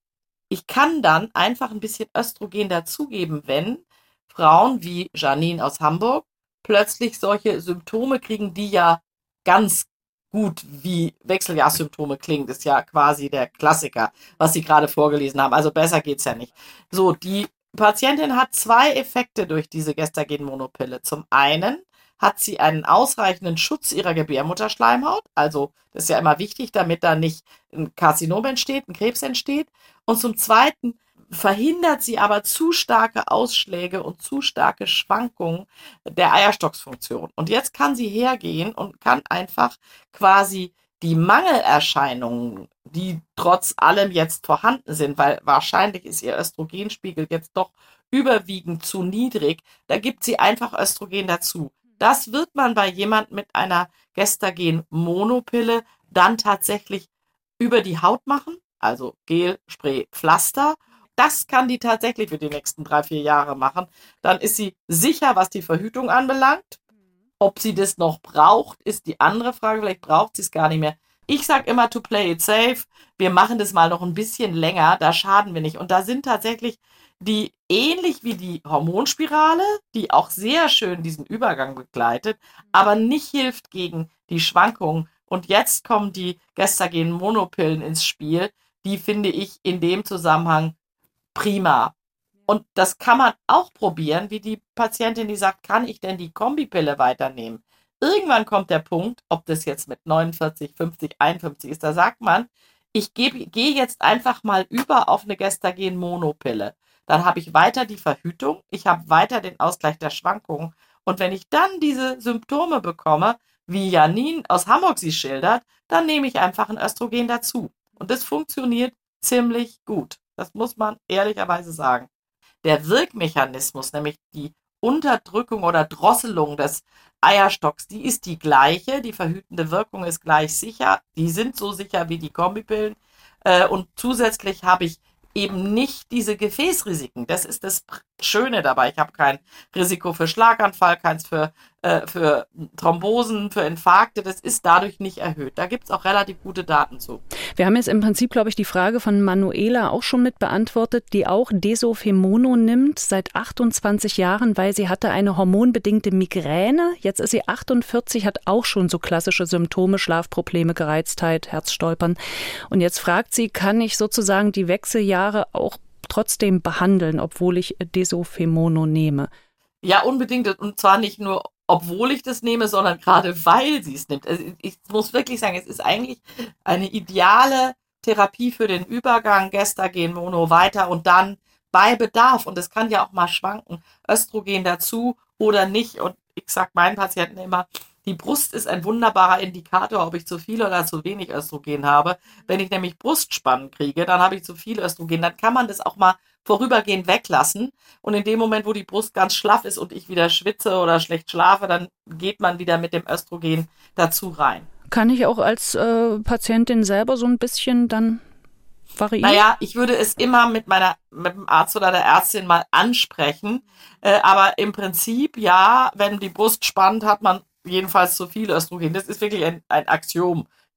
Ich kann dann einfach ein bisschen Östrogen dazugeben, wenn Frauen wie Janine aus Hamburg plötzlich solche Symptome kriegen, die ja ganz gut wie Wechseljahrssymptome klingen. Das ist ja quasi der Klassiker, was Sie gerade vorgelesen haben. Also besser geht's ja nicht. So, die Patientin hat zwei Effekte durch diese Gestagen-Monopille. Zum einen hat sie einen ausreichenden Schutz ihrer Gebärmutterschleimhaut. Also das ist ja immer wichtig, damit da nicht ein Karzinom entsteht, ein Krebs entsteht. Und zum Zweiten verhindert sie aber zu starke Ausschläge und zu starke Schwankungen der Eierstocksfunktion. Und jetzt kann sie hergehen und kann einfach quasi die Mangelerscheinungen, die trotz allem jetzt vorhanden sind, weil wahrscheinlich ist ihr Östrogenspiegel jetzt doch überwiegend zu niedrig, da gibt sie einfach Östrogen dazu. Das wird man bei jemand mit einer Gestagen-Monopille dann tatsächlich über die Haut machen, also Gel, Spray, Pflaster. Das kann die tatsächlich für die nächsten drei, vier Jahre machen. Dann ist sie sicher, was die Verhütung anbelangt. Ob sie das noch braucht, ist die andere Frage. Vielleicht braucht sie es gar nicht mehr. Ich sage immer to play it safe. Wir machen das mal noch ein bisschen länger. Da schaden wir nicht. Und da sind tatsächlich die, ähnlich wie die Hormonspirale, die auch sehr schön diesen Übergang begleitet, aber nicht hilft gegen die Schwankungen. Und jetzt kommen die Gestagen-Monopillen ins Spiel. Die finde ich in dem Zusammenhang prima. Und das kann man auch probieren, wie die Patientin, die sagt, kann ich denn die Kombipille weiternehmen? Irgendwann kommt der Punkt, ob das jetzt mit neunundvierzig, fünfzig, einundfünfzig ist, da sagt man, ich gehe jetzt einfach mal über auf eine Gestagen-Monopille. Dann habe ich weiter die Verhütung, ich habe weiter den Ausgleich der Schwankungen. Und wenn ich dann diese Symptome bekomme, wie Janine aus Hamburg sie schildert, dann nehme ich einfach ein Östrogen dazu. Und das funktioniert ziemlich gut. Das muss man ehrlicherweise sagen. Der Wirkmechanismus, nämlich die Unterdrückung oder Drosselung des Eierstocks, die ist die gleiche. Die verhütende Wirkung ist gleich sicher. Die sind so sicher wie die Kombipillen. Und zusätzlich habe ich eben nicht diese Gefäßrisiken. Das ist das Schöne dabei. Ich habe kein Risiko für Schlaganfall, keins für, äh, für Thrombosen, für Infarkte. Das ist dadurch nicht erhöht. Da gibt es auch relativ gute Daten zu. Wir haben jetzt im Prinzip, glaube ich, die Frage von Manuela auch schon mit beantwortet, die auch Desoфemono nimmt seit achtundzwanzig Jahren, weil sie hatte eine hormonbedingte Migräne. Jetzt ist sie achtundvierzig, hat auch schon so klassische Symptome, Schlafprobleme, Gereiztheit, Herzstolpern. Und jetzt fragt sie, kann ich sozusagen die Wechseljahre auch trotzdem behandeln, obwohl ich Desoфemono nehme? Ja, unbedingt. Und zwar nicht nur, obwohl ich das nehme, sondern gerade weil sie es nimmt. Also ich muss wirklich sagen, es ist eigentlich eine ideale Therapie für den Übergang, Gestagen-Mono weiter und dann bei Bedarf. Und es kann ja auch mal schwanken, Östrogen dazu oder nicht. Und ich sage meinen Patienten immer, die Brust ist ein wunderbarer Indikator, ob ich zu viel oder zu wenig Östrogen habe. Wenn ich nämlich Brustspannen kriege, dann habe ich zu viel Östrogen. Dann kann man das auch mal vorübergehend weglassen. Und in dem Moment, wo die Brust ganz schlaff ist und ich wieder schwitze oder schlecht schlafe, dann geht man wieder mit dem Östrogen dazu rein. Kann ich auch als äh, Patientin selber so ein bisschen dann variieren? Naja, ich würde es immer mit meiner, mit dem Arzt oder der Ärztin mal ansprechen. Äh, aber im Prinzip, ja, wenn die Brust spannt, hat man jedenfalls zu viel Östrogen. Das ist wirklich ein, ein Axiom.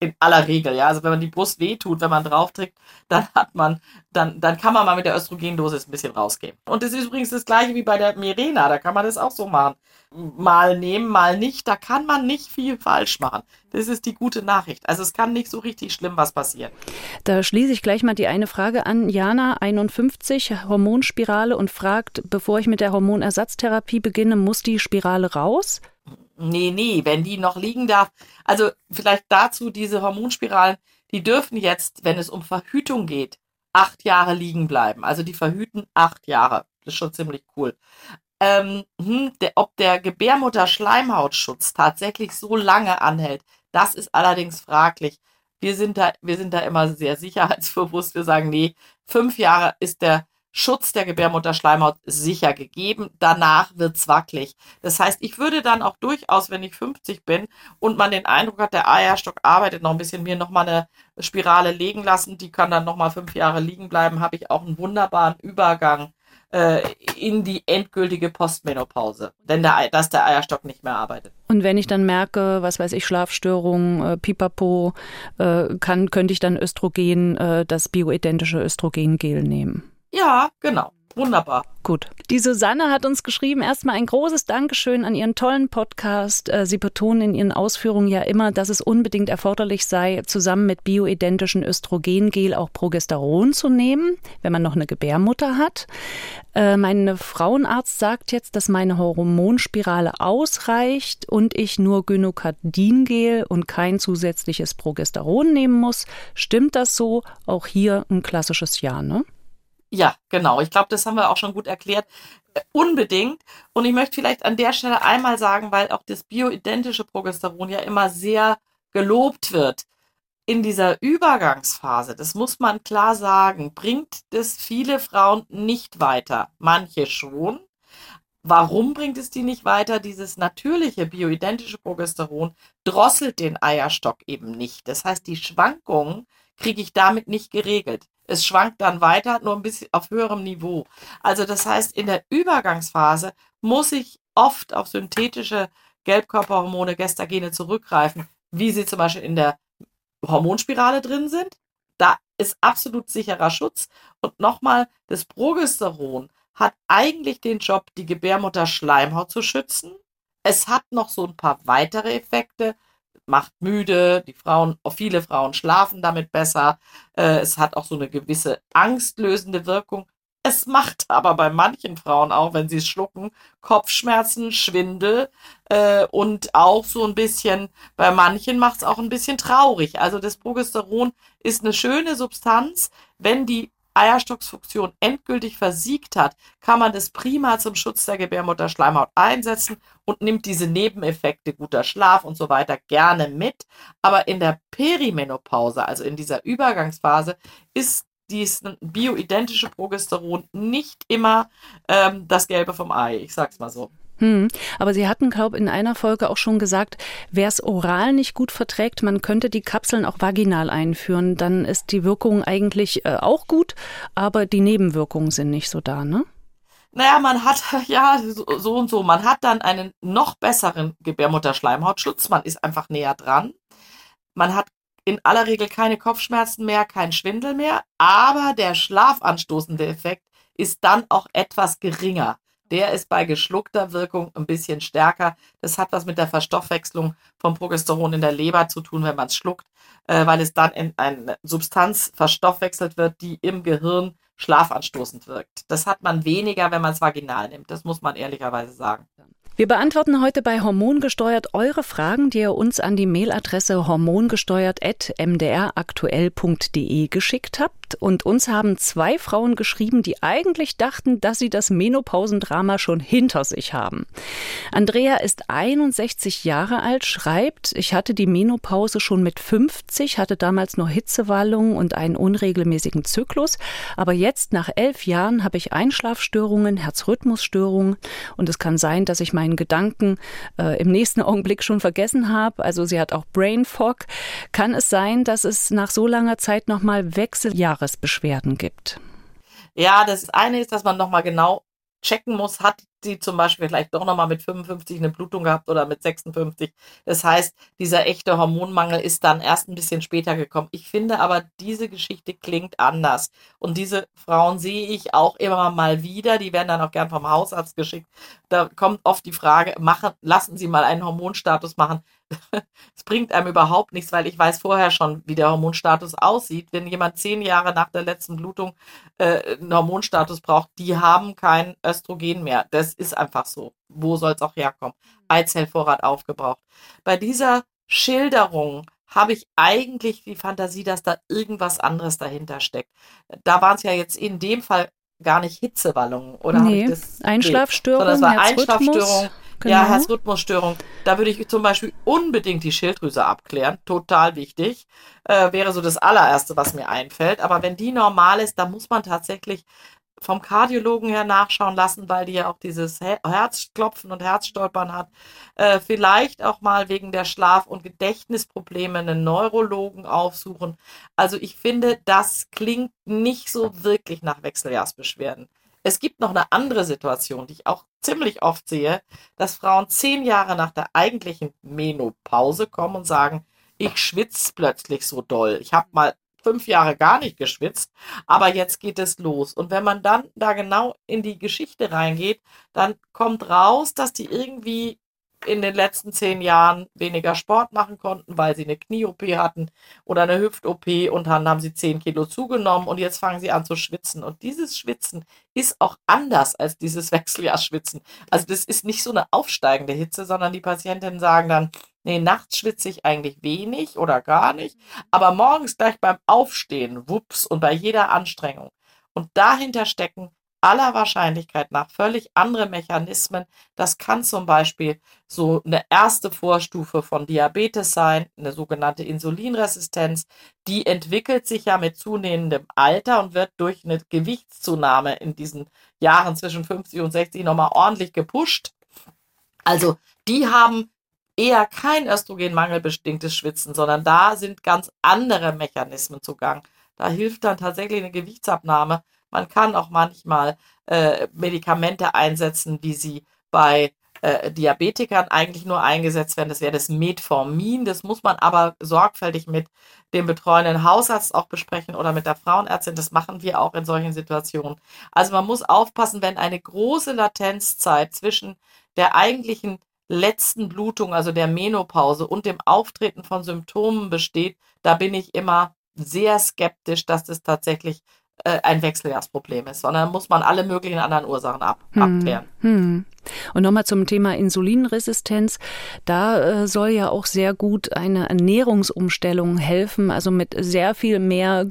In aller Regel, ja. Also wenn man die Brust wehtut, wenn man drauf trägt, dann hat man, dann, dann kann man mal mit der Östrogendosis ein bisschen rausgehen. Und das ist übrigens das Gleiche wie bei der Mirena, da kann man das auch so machen. Mal nehmen, mal nicht, da kann man nicht viel falsch machen. Das ist die gute Nachricht. Also es kann nicht so richtig schlimm was passieren. Da schließe ich gleich mal die eine Frage an. Jana, einundfünfzig, Hormonspirale und fragt, bevor ich mit der Hormonersatztherapie beginne, muss die Spirale raus? Nee, nee, wenn die noch liegen darf. Also vielleicht dazu, diese Hormonspiralen, die dürfen jetzt, wenn es um Verhütung geht, acht Jahre liegen bleiben. Also die verhüten acht Jahre. Das ist schon ziemlich cool. Ähm, hm, der, ob der Gebärmutter-Schleimhautschutz tatsächlich so lange anhält, das ist allerdings fraglich. Wir sind da, wir sind da immer sehr sicherheitsbewusst. Wir sagen, nee, fünf Jahre ist der Schutz der Gebärmutterschleimhaut sicher gegeben. Danach wird's wackelig. Das heißt, ich würde dann auch durchaus, wenn ich fünfzig bin und man den Eindruck hat, der Eierstock arbeitet noch ein bisschen, mir nochmal eine Spirale legen lassen. Die kann dann nochmal fünf Jahre liegen bleiben. Habe ich auch einen wunderbaren Übergang äh, in die endgültige Postmenopause. Denn der, dass der Eierstock nicht mehr arbeitet. Und wenn ich dann merke, was weiß ich, Schlafstörungen, äh, Pipapo, äh, kann, könnte ich dann Östrogen, äh, das bioidentische Östrogengel nehmen? Ja, genau. Wunderbar. Gut. Die Susanne hat uns geschrieben, erstmal ein großes Dankeschön an Ihren tollen Podcast. Sie betonen in Ihren Ausführungen ja immer, dass es unbedingt erforderlich sei, zusammen mit bioidentischen Östrogengel auch Progesteron zu nehmen, wenn man noch eine Gebärmutter hat. Mein Frauenarzt sagt jetzt, dass meine Hormonspirale ausreicht und ich nur Gynokardingel und kein zusätzliches Progesteron nehmen muss. Stimmt das so? Auch hier ein klassisches Ja, ne? Ja, genau. Ich glaube, das haben wir auch schon gut erklärt. Äh, unbedingt. Und ich möchte vielleicht an der Stelle einmal sagen, weil auch das bioidentische Progesteron ja immer sehr gelobt wird. In dieser Übergangsphase, das muss man klar sagen, bringt das viele Frauen nicht weiter. Manche schon. Warum bringt es die nicht weiter? Dieses natürliche bioidentische Progesteron drosselt den Eierstock eben nicht. Das heißt, die Schwankungen kriege ich damit nicht geregelt. Es schwankt dann weiter, nur ein bisschen auf höherem Niveau. Also das heißt, in der Übergangsphase muss ich oft auf synthetische Gelbkörperhormone, Gestagene zurückgreifen, wie sie zum Beispiel in der Hormonspirale drin sind. Da ist absolut sicherer Schutz. Und nochmal, das Progesteron hat eigentlich den Job, die Gebärmutterschleimhaut zu schützen. Es hat noch so ein paar weitere Effekte. Macht müde, die Frauen, viele Frauen schlafen damit besser. Äh, es hat auch so eine gewisse angstlösende Wirkung. Es macht aber bei manchen Frauen auch, wenn sie es schlucken, Kopfschmerzen, Schwindel äh, und auch so ein bisschen, bei manchen macht es auch ein bisschen traurig. Also das Progesteron ist eine schöne Substanz. Wenn die Eierstocksfunktion endgültig versiegt hat, kann man das prima zum Schutz der Gebärmutterschleimhaut einsetzen und nimmt diese Nebeneffekte, guter Schlaf und so weiter, gerne mit. Aber in der Perimenopause, also in dieser Übergangsphase, ist dieses bioidentische Progesteron nicht immer ähm, das Gelbe vom Ei. Ich sag's mal so. Hm. Aber Sie hatten, glaube ich, in einer Folge auch schon gesagt, wer es oral nicht gut verträgt, man könnte die Kapseln auch vaginal einführen. Dann ist die Wirkung eigentlich äh, auch gut, aber die Nebenwirkungen sind nicht so da, ne? Naja, man hat, ja, so, so und so, man hat dann einen noch besseren Gebärmutterschleimhautschutz, man ist einfach näher dran. Man hat in aller Regel keine Kopfschmerzen mehr, kein Schwindel mehr, aber der schlafanstoßende Effekt ist dann auch etwas geringer. Der ist bei geschluckter Wirkung ein bisschen stärker. Das hat was mit der Verstoffwechslung vom Progesteron in der Leber zu tun, wenn man es schluckt, äh, weil es dann in eine Substanz verstoffwechselt wird, die im Gehirn schlafanstoßend wirkt. Das hat man weniger, wenn man es vaginal nimmt. Das muss man ehrlicherweise sagen. Wir beantworten heute bei Hormongesteuert eure Fragen, die ihr uns an die Mailadresse hormongesteuert at m d r aktuell punkt d e geschickt habt. Und uns haben zwei Frauen geschrieben, die eigentlich dachten, dass sie das Menopausendrama schon hinter sich haben. Andrea ist einundsechzig Jahre alt, schreibt, ich hatte die Menopause schon mit fünfzig, hatte damals nur Hitzewallungen und einen unregelmäßigen Zyklus. Aber jetzt, nach elf Jahren, habe ich Einschlafstörungen, Herzrhythmusstörungen und es kann sein, dass ich meinen Gedanken äh, im nächsten Augenblick schon vergessen habe. Also sie hat auch Brain Fog. Kann es sein, dass es nach so langer Zeit nochmal Wechseljahresbeschwerden gibt? Ja, das eine ist, dass man nochmal genau checken muss, hat sie zum Beispiel vielleicht doch nochmal mit fünfundfünfzig eine Blutung gehabt oder mit sechsundfünfzig. Das heißt, dieser echte Hormonmangel ist dann erst ein bisschen später gekommen. Ich finde aber, diese Geschichte klingt anders. Und diese Frauen sehe ich auch immer mal wieder. Die werden dann auch gern vom Hausarzt geschickt. Da kommt oft die Frage, machen, lassen Sie mal einen Hormonstatus machen. Es bringt einem überhaupt nichts, weil ich weiß vorher schon, wie der Hormonstatus aussieht. Wenn jemand zehn Jahre nach der letzten Blutung äh, einen Hormonstatus braucht, die haben kein Östrogen mehr. Das ist einfach so. Wo soll es auch herkommen? Eizellvorrat aufgebraucht. Bei dieser Schilderung habe ich eigentlich die Fantasie, dass da irgendwas anderes dahinter steckt. Da waren es ja jetzt in dem Fall gar nicht Hitzewallungen, oder? Nee, habe ich das? Einschlafstörung, Nee, sondern es war Herzrhythmus. Einschlafstörung. Genau. Ja, Herzrhythmusstörung. Da würde ich zum Beispiel unbedingt die Schilddrüse abklären. Total wichtig. Äh, wäre so das allererste, was mir einfällt. Aber wenn die normal ist, dann muss man tatsächlich vom Kardiologen her nachschauen lassen, weil die ja auch dieses Herzklopfen und Herzstolpern hat. Äh, vielleicht auch mal wegen der Schlaf- und Gedächtnisprobleme einen Neurologen aufsuchen. Also ich finde, das klingt nicht so wirklich nach Wechseljahrsbeschwerden. Es gibt noch eine andere Situation, die ich auch ziemlich oft sehe, dass Frauen zehn Jahre nach der eigentlichen Menopause kommen und sagen, ich schwitze plötzlich so doll. Ich habe mal fünf Jahre gar nicht geschwitzt, aber jetzt geht es los. Und wenn man dann da genau in die Geschichte reingeht, dann kommt raus, dass die irgendwie in den letzten zehn Jahren weniger Sport machen konnten, weil sie eine Knie-O P hatten oder eine Hüft-O P und dann haben sie zehn Kilo zugenommen und jetzt fangen sie an zu schwitzen. Und dieses Schwitzen ist auch anders als dieses Wechseljahrsschwitzen. Also das ist nicht so eine aufsteigende Hitze, sondern die Patientinnen sagen dann, nee, nachts schwitze ich eigentlich wenig oder gar nicht, aber morgens gleich beim Aufstehen, wups, und bei jeder Anstrengung. Und dahinter stecken aller Wahrscheinlichkeit nach völlig andere Mechanismen. Das kann zum Beispiel so eine erste Vorstufe von Diabetes sein, eine sogenannte Insulinresistenz. Die entwickelt sich ja mit zunehmendem Alter und wird durch eine Gewichtszunahme in diesen Jahren zwischen fünfzig und sechzig nochmal ordentlich gepusht. Also die haben eher kein östrogenmangelbedingtes Schwitzen, sondern da sind ganz andere Mechanismen zugang. Da hilft dann tatsächlich eine Gewichtsabnahme. Man kann auch manchmal äh, Medikamente einsetzen, wie sie bei äh, Diabetikern eigentlich nur eingesetzt werden. Das wäre das Metformin. Das muss man aber sorgfältig mit dem betreuenden Hausarzt auch besprechen oder mit der Frauenärztin. Das machen wir auch in solchen Situationen. Also man muss aufpassen, wenn eine große Latenzzeit zwischen der eigentlichen letzten Blutung, also der Menopause und dem Auftreten von Symptomen besteht, da bin ich immer sehr skeptisch, dass das tatsächlich ein Wechseljahrsproblem ist, sondern muss man alle möglichen anderen Ursachen ab, hm, abklären. Hm. Und nochmal zum Thema Insulinresistenz. Da äh, soll ja auch sehr gut eine Ernährungsumstellung helfen, also mit sehr viel mehr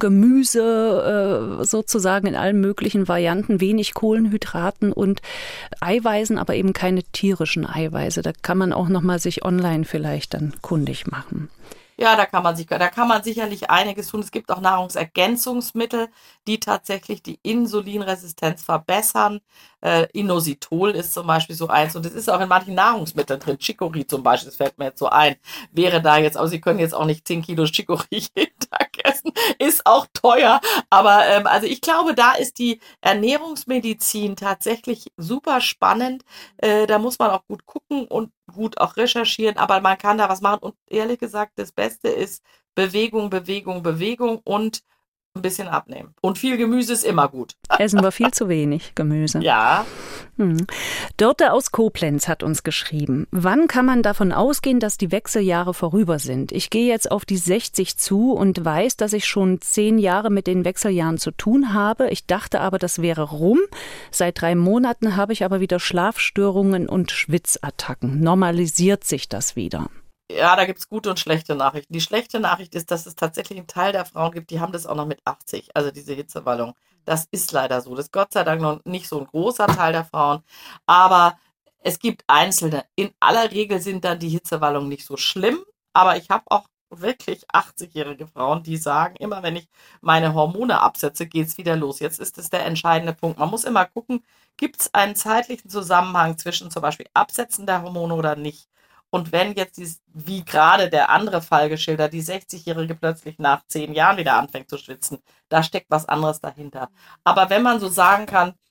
Gemüse äh, sozusagen in allen möglichen Varianten, wenig Kohlenhydraten und Eiweißen, aber eben keine tierischen Eiweiße. Da kann man auch nochmal sich online vielleicht dann kundig machen. Ja, da kann man sich, da kann man sicherlich einiges tun. Es gibt auch Nahrungsergänzungsmittel, die tatsächlich die Insulinresistenz verbessern. Äh, Inositol ist zum Beispiel so eins und es ist auch in manchen Nahrungsmitteln drin. Chicorée zum Beispiel, das fällt mir jetzt so ein, wäre da jetzt, aber Sie können jetzt auch nicht zehn Kilo Chicorée jeden Tag essen, ist auch teuer. Aber ähm, also ich glaube, da ist die Ernährungsmedizin tatsächlich super spannend. Äh, da muss man auch gut gucken und gut auch recherchieren, aber man kann da was machen. Und ehrlich gesagt, das Beste ist Bewegung, Bewegung, Bewegung und ein bisschen abnehmen. Und viel Gemüse ist immer gut. Essen wir viel zu wenig Gemüse. Ja. Hm. Dörte aus Koblenz hat uns geschrieben, wann kann man davon ausgehen, dass die Wechseljahre vorüber sind? Ich gehe jetzt auf die sechzig zu und weiß, dass ich schon zehn Jahre mit den Wechseljahren zu tun habe. Ich dachte aber, das wäre rum. Seit drei Monaten habe ich aber wieder Schlafstörungen und Schwitzattacken. Normalisiert sich das wieder? Ja, da gibt's gute und schlechte Nachrichten. Die schlechte Nachricht ist, dass es tatsächlich einen Teil der Frauen gibt, die haben das auch noch mit achtzig, also diese Hitzewallung. Das ist leider so. Das ist Gott sei Dank noch nicht so ein großer Teil der Frauen. Aber es gibt Einzelne. In aller Regel sind dann die Hitzewallungen nicht so schlimm. Aber ich habe auch wirklich achtzigjährige Frauen, die sagen, immer wenn ich meine Hormone absetze, geht's wieder los. Jetzt ist es der entscheidende Punkt. Man muss immer gucken, gibt's einen zeitlichen Zusammenhang zwischen zum Beispiel Absetzen der Hormone oder nicht. Und wenn jetzt, dies, wie gerade der andere Fall geschildert, die sechzigjährige plötzlich nach zehn Jahren wieder anfängt zu schwitzen, da steckt was anderes dahinter. Aber wenn man so sagen kann,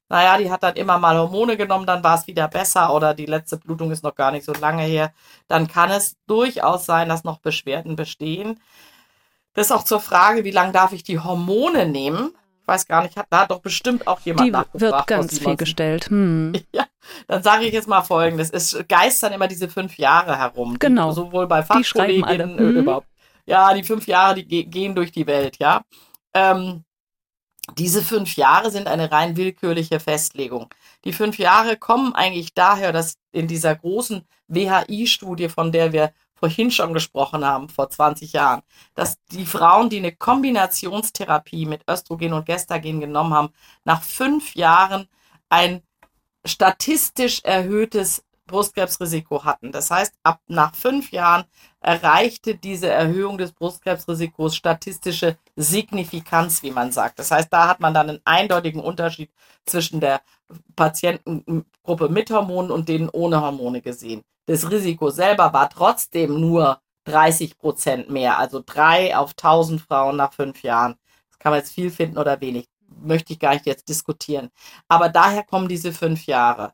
naja, die hat dann immer mal Hormone genommen, dann war es wieder besser oder die letzte Blutung ist noch gar nicht so lange her, dann kann es durchaus sein, dass noch Beschwerden bestehen. Das ist auch zur Frage, wie lange darf ich die Hormone nehmen? Ich weiß gar nicht, da hat doch bestimmt auch jemand die nachgefragt. Die wird ganz viel gestellt. Hm. Ja, dann sage ich jetzt mal Folgendes. Es geistern immer diese fünf Jahre herum. Genau. Die, sowohl bei Fachkolleginnen hm. überhaupt. Ja, die fünf Jahre, die ge- gehen durch die Welt, ja. Ähm, diese fünf Jahre sind eine rein willkürliche Festlegung. Die fünf Jahre kommen eigentlich daher, dass in dieser großen W H I-Studie, von der wir vorhin schon gesprochen haben, vor zwanzig Jahren, dass die Frauen, die eine Kombinationstherapie mit Östrogen und Gestagen genommen haben, nach fünf Jahren ein statistisch erhöhtes Brustkrebsrisiko hatten. Das heißt, ab nach fünf Jahren erreichte diese Erhöhung des Brustkrebsrisikos statistische Signifikanz, wie man sagt. Das heißt, da hat man dann einen eindeutigen Unterschied zwischen der Patientengruppe mit Hormonen und denen ohne Hormone gesehen. Das Risiko selber war trotzdem nur dreißig Prozent mehr, also drei auf tausend Frauen nach fünf Jahren. Das kann man jetzt viel finden oder wenig. Möchte ich gar nicht jetzt diskutieren. Aber daher kommen diese fünf Jahre.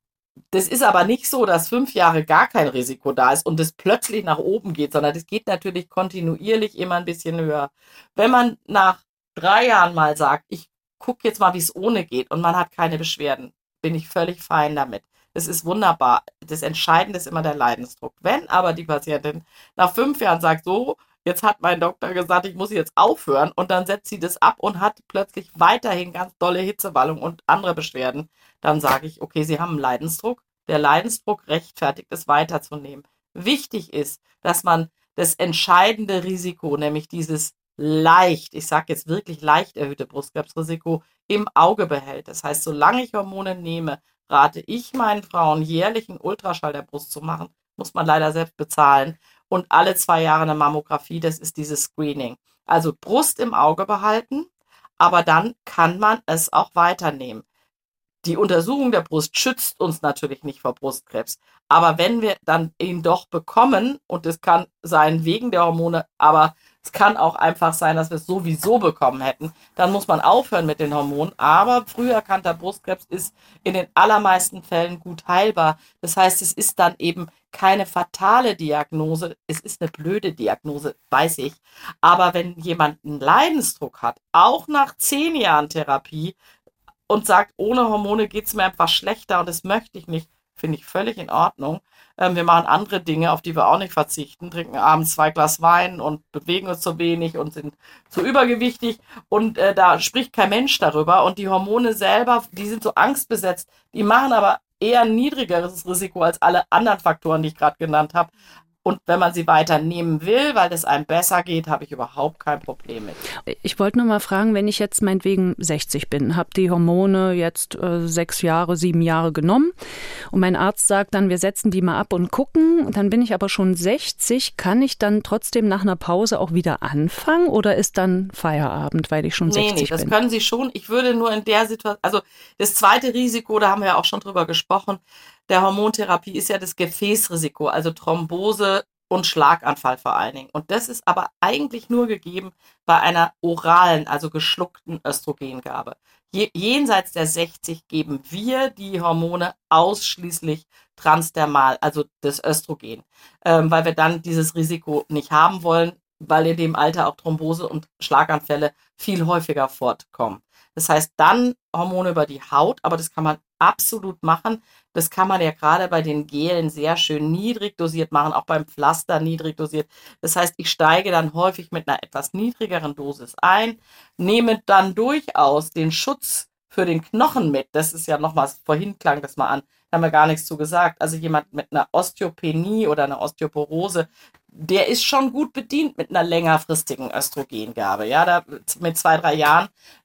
Das ist aber nicht so, dass fünf Jahre gar kein Risiko da ist und es plötzlich nach oben geht, sondern das geht natürlich kontinuierlich immer ein bisschen höher. Wenn man nach drei Jahren mal sagt, ich gucke jetzt mal, wie es ohne geht und man hat keine Beschwerden, bin ich völlig fein damit. Das ist wunderbar. Das Entscheidende ist immer der Leidensdruck. Wenn aber die Patientin nach fünf Jahren sagt, so, jetzt hat mein Doktor gesagt, ich muss jetzt aufhören und dann setzt sie das ab und hat plötzlich weiterhin ganz dolle Hitzewallung und andere Beschwerden, dann sage ich, okay, Sie haben einen Leidensdruck. Der Leidensdruck rechtfertigt es weiterzunehmen. Wichtig ist, dass man das entscheidende Risiko, nämlich dieses leicht, ich sage jetzt wirklich leicht erhöhte Brustkrebsrisiko, im Auge behält. Das heißt, solange ich Hormone nehme, rate ich meinen Frauen, jährlich einen Ultraschall der Brust zu machen. Muss man leider selbst bezahlen. Und alle zwei Jahre eine Mammographie, das ist dieses Screening. Also Brust im Auge behalten, aber dann kann man es auch weiternehmen. Die Untersuchung der Brust schützt uns natürlich nicht vor Brustkrebs. Aber wenn wir dann ihn doch bekommen, und es kann sein wegen der Hormone, aber es kann auch einfach sein, dass wir es sowieso bekommen hätten, dann muss man aufhören mit den Hormonen. Aber früh erkannter Brustkrebs ist in den allermeisten Fällen gut heilbar. Das heißt, es ist dann eben keine fatale Diagnose. Es ist eine blöde Diagnose, weiß ich. Aber wenn jemand einen Leidensdruck hat, auch nach zehn Jahren Therapie, und sagt, ohne Hormone geht es mir einfach schlechter und das möchte ich nicht, finde ich völlig in Ordnung. Ähm, wir machen andere Dinge, auf die wir auch nicht verzichten, trinken abends zwei Glas Wein und bewegen uns zu wenig und sind zu übergewichtig und äh, da spricht kein Mensch darüber und die Hormone selber, die sind so angstbesetzt, die machen aber eher ein niedrigeres Risiko als alle anderen Faktoren, die ich gerade genannt habe. Und wenn man sie weiter nehmen will, weil es einem besser geht, habe ich überhaupt kein Problem mit. Ich wollte nur mal fragen, wenn ich jetzt meinetwegen sechzig bin, habe die Hormone jetzt äh, sechs Jahre, sieben Jahre genommen und mein Arzt sagt dann, wir setzen die mal ab und gucken, dann bin ich aber schon sechzig, kann ich dann trotzdem nach einer Pause auch wieder anfangen oder ist dann Feierabend, weil ich schon sechzig bin? Nee, nee, das können Sie schon. Ich würde nur in der Situation, also das zweite Risiko, da haben wir ja auch schon drüber gesprochen, der Hormontherapie ist ja das Gefäßrisiko, also Thrombose und Schlaganfall vor allen Dingen. Und das ist aber eigentlich nur gegeben bei einer oralen, also geschluckten Östrogengabe. Je, jenseits der sechzig geben wir die Hormone ausschließlich transdermal, also das Östrogen, ähm, weil wir dann dieses Risiko nicht haben wollen, weil in dem Alter auch Thrombose und Schlaganfälle viel häufiger fortkommen. Das heißt, dann Hormone über die Haut, aber das kann man absolut machen. Das kann man ja gerade bei den Gelen sehr schön niedrig dosiert machen, auch beim Pflaster niedrig dosiert. Das heißt, ich steige dann häufig mit einer etwas niedrigeren Dosis ein, nehme dann durchaus den Schutz für den Knochen mit. Das ist ja nochmals, vorhin klang das mal an, da haben wir gar nichts zu gesagt. Also jemand mit einer Osteopenie oder einer Osteoporose, der ist schon gut bedient mit einer längerfristigen Östrogengabe. Ja, da mit zwei, drei Jahren,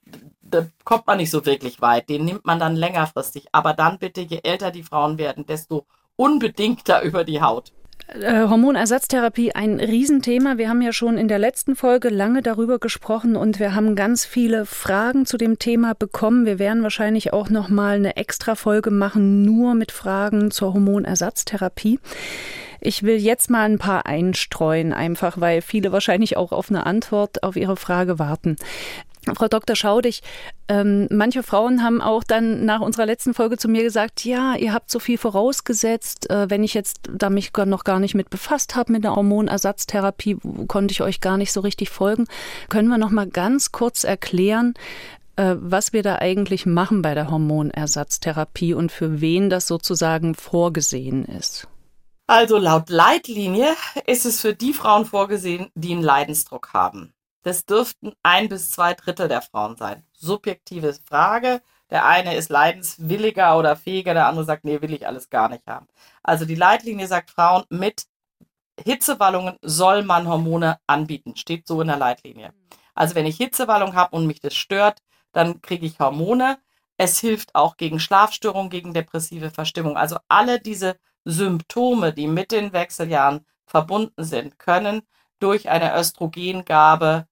da kommt man nicht so wirklich weit. Den nimmt man dann längerfristig. Aber dann bitte, je älter die Frauen werden, desto unbedingter über die Haut. Äh, Hormonersatztherapie, ein Riesenthema. Wir haben ja schon in der letzten Folge lange darüber gesprochen und wir haben ganz viele Fragen zu dem Thema bekommen. Wir werden wahrscheinlich auch noch mal eine extra Folge machen, nur mit Fragen zur Hormonersatztherapie. Ich will jetzt mal ein paar einstreuen, einfach weil viele wahrscheinlich auch auf eine Antwort auf ihre Frage warten. Frau Doktor Schaudig, ähm, manche Frauen haben auch dann nach unserer letzten Folge zu mir gesagt, ja, ihr habt so viel vorausgesetzt, äh, wenn ich jetzt da mich noch gar nicht mit befasst habe mit der Hormonersatztherapie, konnte ich euch gar nicht so richtig folgen. Können wir noch mal ganz kurz erklären, äh, was wir da eigentlich machen bei der Hormonersatztherapie und für wen das sozusagen vorgesehen ist? Also laut Leitlinie ist es für die Frauen vorgesehen, die einen Leidensdruck haben. Das dürften ein bis zwei Drittel der Frauen sein. Subjektive Frage. Der eine ist leidenswilliger oder fähiger, der andere sagt, nee, will ich alles gar nicht haben. Also die Leitlinie sagt, Frauen mit Hitzewallungen soll man Hormone anbieten. Steht so in der Leitlinie. Also wenn ich Hitzewallung habe und mich das stört, dann kriege ich Hormone. Es hilft auch gegen Schlafstörungen, gegen depressive Verstimmung. Also alle diese Symptome, die mit den Wechseljahren verbunden sind, können durch eine Östrogengabe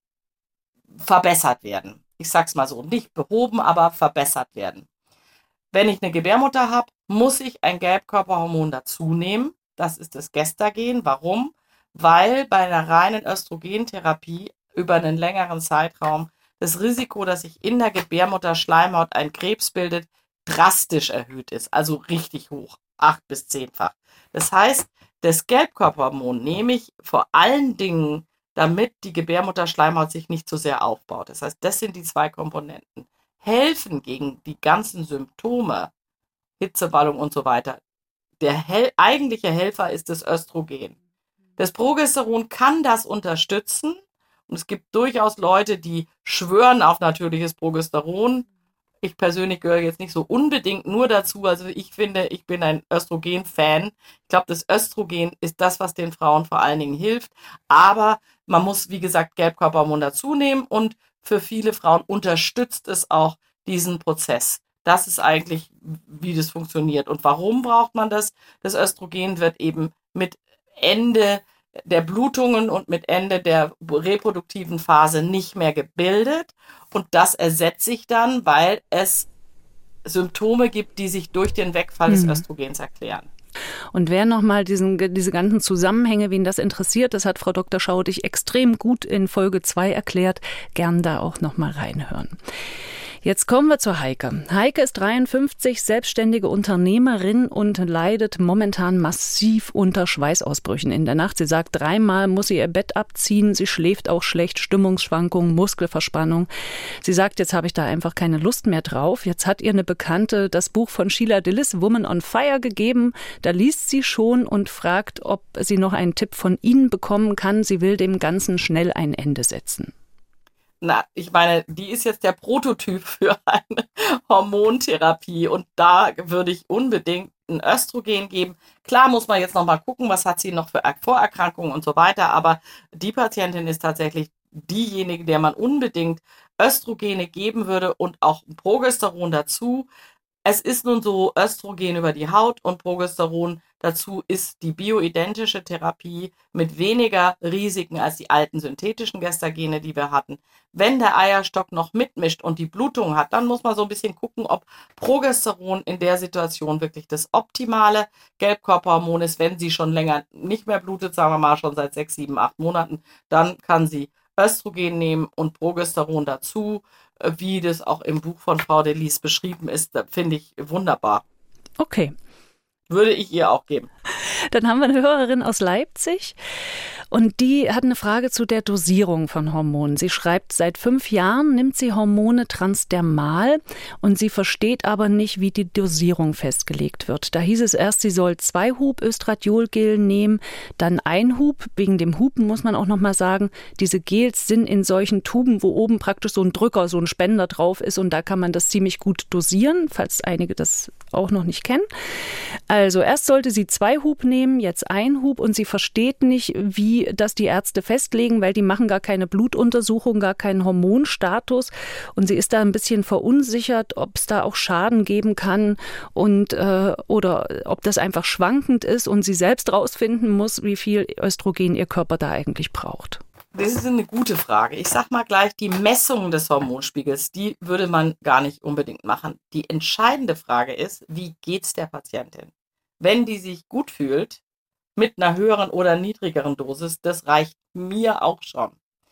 verbessert werden. Ich sag's mal so, nicht behoben, aber verbessert werden. Wenn ich eine Gebärmutter habe, muss ich ein Gelbkörperhormon dazu nehmen. Das ist das Gestagen. Warum? Weil bei einer reinen Östrogentherapie über einen längeren Zeitraum das Risiko, dass sich in der Gebärmutterschleimhaut ein Krebs bildet, drastisch erhöht ist. Also richtig hoch, acht bis zehnfach. Das heißt, das Gelbkörperhormon nehme ich vor allen Dingen, damit die Gebärmutterschleimhaut sich nicht so sehr aufbaut. Das heißt, das sind die zwei Komponenten. Helfen gegen die ganzen Symptome, Hitzewallung und so weiter. Der hel- eigentliche Helfer ist das Östrogen. Das Progesteron kann das unterstützen und es gibt durchaus Leute, die schwören auf natürliches Progesteron. Ich persönlich gehöre jetzt nicht so unbedingt nur dazu. Also ich finde, ich bin ein Östrogen-Fan. Ich glaube, das Östrogen ist das, was den Frauen vor allen Dingen hilft. Aber man muss, wie gesagt, Gelbkörperhormon dazu nehmen und für viele Frauen unterstützt es auch diesen Prozess. Das ist eigentlich, wie das funktioniert. Und warum braucht man das? Das Östrogen wird eben mit Ende der Blutungen und mit Ende der reproduktiven Phase nicht mehr gebildet. Und das ersetzt sich dann, weil es Symptome gibt, die sich durch den Wegfall des Östrogens erklären. Und wer nochmal diesen, diese ganzen Zusammenhänge, wen das interessiert, das hat Frau Doktor Schaudig extrem gut in Folge zwei erklärt, gern da auch nochmal reinhören. Jetzt kommen wir zu Heike. Heike ist dreiundfünfzig, selbstständige Unternehmerin und leidet momentan massiv unter Schweißausbrüchen in der Nacht. Sie sagt, dreimal muss sie ihr Bett abziehen. Sie schläft auch schlecht, Stimmungsschwankungen, Muskelverspannung. Sie sagt, jetzt habe ich da einfach keine Lust mehr drauf. Jetzt hat ihr eine Bekannte das Buch von Sheila Dillis, Woman on Fire, gegeben. Da liest sie schon und fragt, ob sie noch einen Tipp von Ihnen bekommen kann. Sie will dem Ganzen schnell ein Ende setzen. Na, ich meine, die ist jetzt der Prototyp für eine Hormontherapie und da würde ich unbedingt ein Östrogen geben. Klar muss man jetzt noch mal gucken, was hat sie noch für Vorerkrankungen und so weiter, aber die Patientin ist tatsächlich diejenige, der man unbedingt Östrogene geben würde und auch ein Progesteron dazu. Es ist nun so, Östrogen über die Haut und Progesteron dazu ist die bioidentische Therapie mit weniger Risiken als die alten synthetischen Gestagene, die wir hatten. Wenn der Eierstock noch mitmischt und die Blutung hat, dann muss man so ein bisschen gucken, ob Progesteron in der Situation wirklich das optimale Gelbkörperhormon ist. Wenn sie schon länger nicht mehr blutet, sagen wir mal schon seit sechs, sieben, acht Monaten, dann kann sie Östrogen nehmen und Progesteron dazu, wie das auch im Buch von Frau Dillis beschrieben ist. Das finde ich wunderbar. Okay. Würde ich ihr auch geben. Dann haben wir eine Hörerin aus Leipzig und die hat eine Frage zu der Dosierung von Hormonen. Sie schreibt, seit fünf Jahren nimmt sie Hormone transdermal und sie versteht aber nicht, wie die Dosierung festgelegt wird. Da hieß es erst, sie soll zwei Hub Östradiolgel nehmen, dann ein Hub. Wegen dem Hupen muss man auch noch mal sagen, diese Gels sind in solchen Tuben, wo oben praktisch so ein Drücker, so ein Spender drauf ist und da kann man das ziemlich gut dosieren, falls einige das auch noch nicht kennen. Also erst sollte sie zwei Hub nehmen, jetzt ein Hub und sie versteht nicht, wie das die Ärzte festlegen, weil die machen gar keine Blutuntersuchung, gar keinen Hormonstatus und sie ist da ein bisschen verunsichert, ob es da auch Schaden geben kann und äh, oder ob das einfach schwankend ist und sie selbst rausfinden muss, wie viel Östrogen ihr Körper da eigentlich braucht. Das ist eine gute Frage. Ich sag mal gleich, die Messung des Hormonspiegels, die würde man gar nicht unbedingt machen. Die entscheidende Frage ist, wie geht's der Patientin? Wenn die sich gut fühlt, mit einer höheren oder niedrigeren Dosis, das reicht mir auch schon.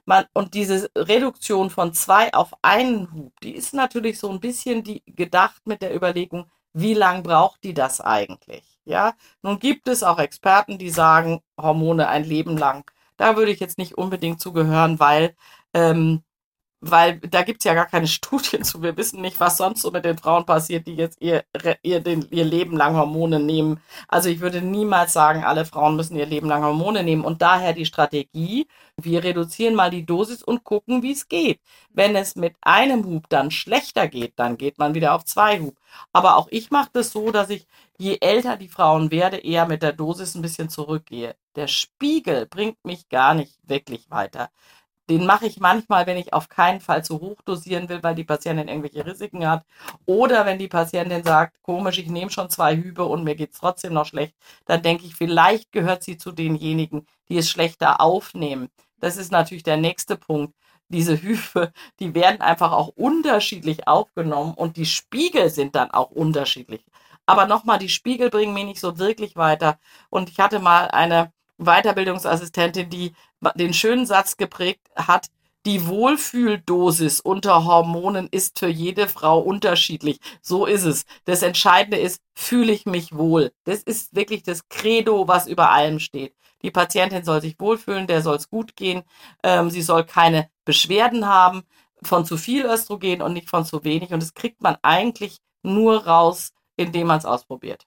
Man, und diese Reduktion von zwei auf einen Hub, die ist natürlich so ein bisschen die gedacht mit der Überlegung, wie lang braucht die das eigentlich? Ja, nun gibt es auch Experten, die sagen, Hormone ein Leben lang. Da würde ich jetzt nicht unbedingt zugehören, weil, ähm, weil da gibt es ja gar keine Studien zu. Wir wissen nicht, was sonst so mit den Frauen passiert, die jetzt ihr, ihr, den, ihr Leben lang Hormone nehmen. Also ich würde niemals sagen, alle Frauen müssen ihr Leben lang Hormone nehmen. Und daher die Strategie, wir reduzieren mal die Dosis und gucken, wie es geht. Wenn es mit einem Hub dann schlechter geht, dann geht man wieder auf zwei Hub. Aber auch ich mache das so, dass ich, je älter die Frauen werde, eher mit der Dosis ein bisschen zurückgehe. Der Spiegel bringt mich gar nicht wirklich weiter. Den mache ich manchmal, wenn ich auf keinen Fall zu hoch dosieren will, weil die Patientin irgendwelche Risiken hat. Oder wenn die Patientin sagt, komisch, ich nehme schon zwei Hübe und mir geht's trotzdem noch schlecht, dann denke ich, vielleicht gehört sie zu denjenigen, die es schlechter aufnehmen. Das ist natürlich der nächste Punkt. Diese Hübe, die werden einfach auch unterschiedlich aufgenommen und die Spiegel sind dann auch unterschiedlich. Aber nochmal, die Spiegel bringen mich nicht so wirklich weiter. Und ich hatte mal eine Weiterbildungsassistentin, die den schönen Satz geprägt hat, die Wohlfühldosis unter Hormonen ist für jede Frau unterschiedlich. So ist es. Das Entscheidende ist, fühle ich mich wohl. Das ist wirklich das Credo, was über allem steht. Die Patientin soll sich wohlfühlen, der soll es gut gehen. Ähm, sie soll keine Beschwerden haben von zu viel Östrogen und nicht von zu wenig. Und das kriegt man eigentlich nur raus, indem man es ausprobiert.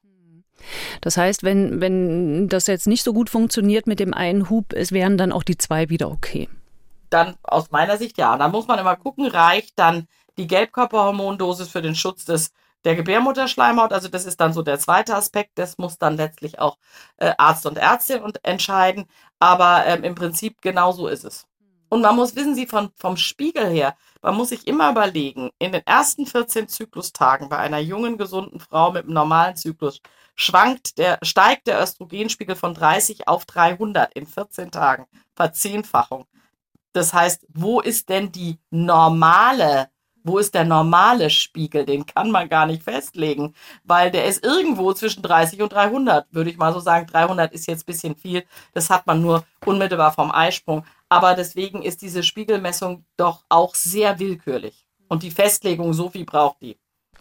Das heißt, wenn, wenn das jetzt nicht so gut funktioniert mit dem einen Hub, es wären dann auch die zwei wieder okay. Dann aus meiner Sicht ja. Dann muss man immer gucken, reicht dann die Gelbkörperhormondosis für den Schutz des, der Gebärmutterschleimhaut. Also das ist dann so der zweite Aspekt. Das muss dann letztlich auch äh, Arzt und Ärztin und entscheiden. Aber ähm, im Prinzip genau so ist es. Und man muss, wissen Sie, von, vom Spiegel her, man muss sich immer überlegen, in den ersten vierzehn Zyklustagen bei einer jungen, gesunden Frau mit einem normalen Zyklus schwankt der, steigt der Östrogenspiegel von dreißig auf dreihundert in vierzehn Tagen. Verzehnfachung. Das heißt, wo ist denn die normale, wo ist der normale Spiegel? Den kann man gar nicht festlegen, weil der ist irgendwo zwischen dreißig und dreihundert, würde ich mal so sagen. dreihundert ist jetzt ein bisschen viel, das hat man nur unmittelbar vom Eisprung. Aber deswegen ist diese Spiegelmessung doch auch sehr willkürlich. Und die Festlegung, so viel braucht die.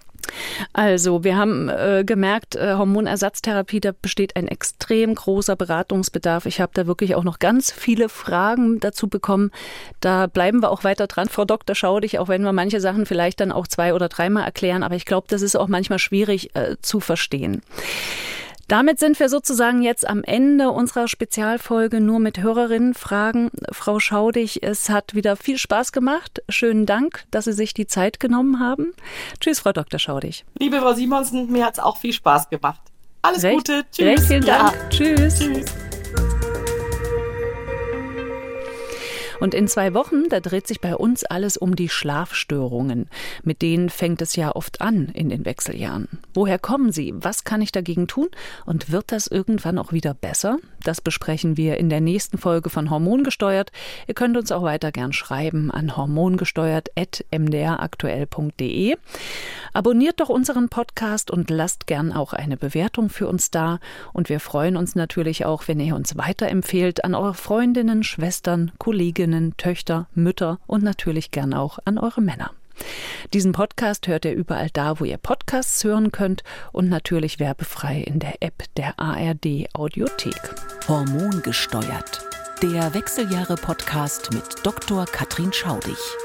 Also, wir haben äh, gemerkt, äh, Hormonersatztherapie, da besteht ein extrem großer Beratungsbedarf. Ich habe da wirklich auch noch ganz viele Fragen dazu bekommen. Da bleiben wir auch weiter dran, Frau Doktor Schaudig, auch wenn wir manche Sachen vielleicht dann auch zwei- oder dreimal erklären. Aber ich glaube, das ist auch manchmal schwierig äh, zu verstehen. Damit sind wir sozusagen jetzt am Ende unserer Spezialfolge nur mit Hörerinnenfragen. Frau Schaudig, es hat wieder viel Spaß gemacht. Schönen Dank, dass Sie sich die Zeit genommen haben. Tschüss, Frau Doktor Schaudig. Liebe Frau Simonsen, mir hat es auch viel Spaß gemacht. Alles recht, Gute. Tschüss. Recht vielen Dank. Ja. Tschüss. Tschüss. Und in zwei Wochen, da dreht sich bei uns alles um die Schlafstörungen. Mit denen fängt es ja oft an in den Wechseljahren. Woher kommen sie? Was kann ich dagegen tun? Und wird das irgendwann auch wieder besser? Das besprechen wir in der nächsten Folge von Hormongesteuert. Ihr könnt uns auch weiter gern schreiben an hormongesteuert at m d r aktuell punkt d e. Abonniert doch unseren Podcast und lasst gern auch eine Bewertung für uns da. Und wir freuen uns natürlich auch, wenn ihr uns weiterempfehlt an eure Freundinnen, Schwestern, Kolleginnen, Töchter, Mütter und natürlich gern auch an eure Männer. Diesen Podcast hört ihr überall da, wo ihr Podcasts hören könnt und natürlich werbefrei in der App der A R D Audiothek. Hormongesteuert. Der Wechseljahre-Podcast mit Doktor Katrin Schaudig.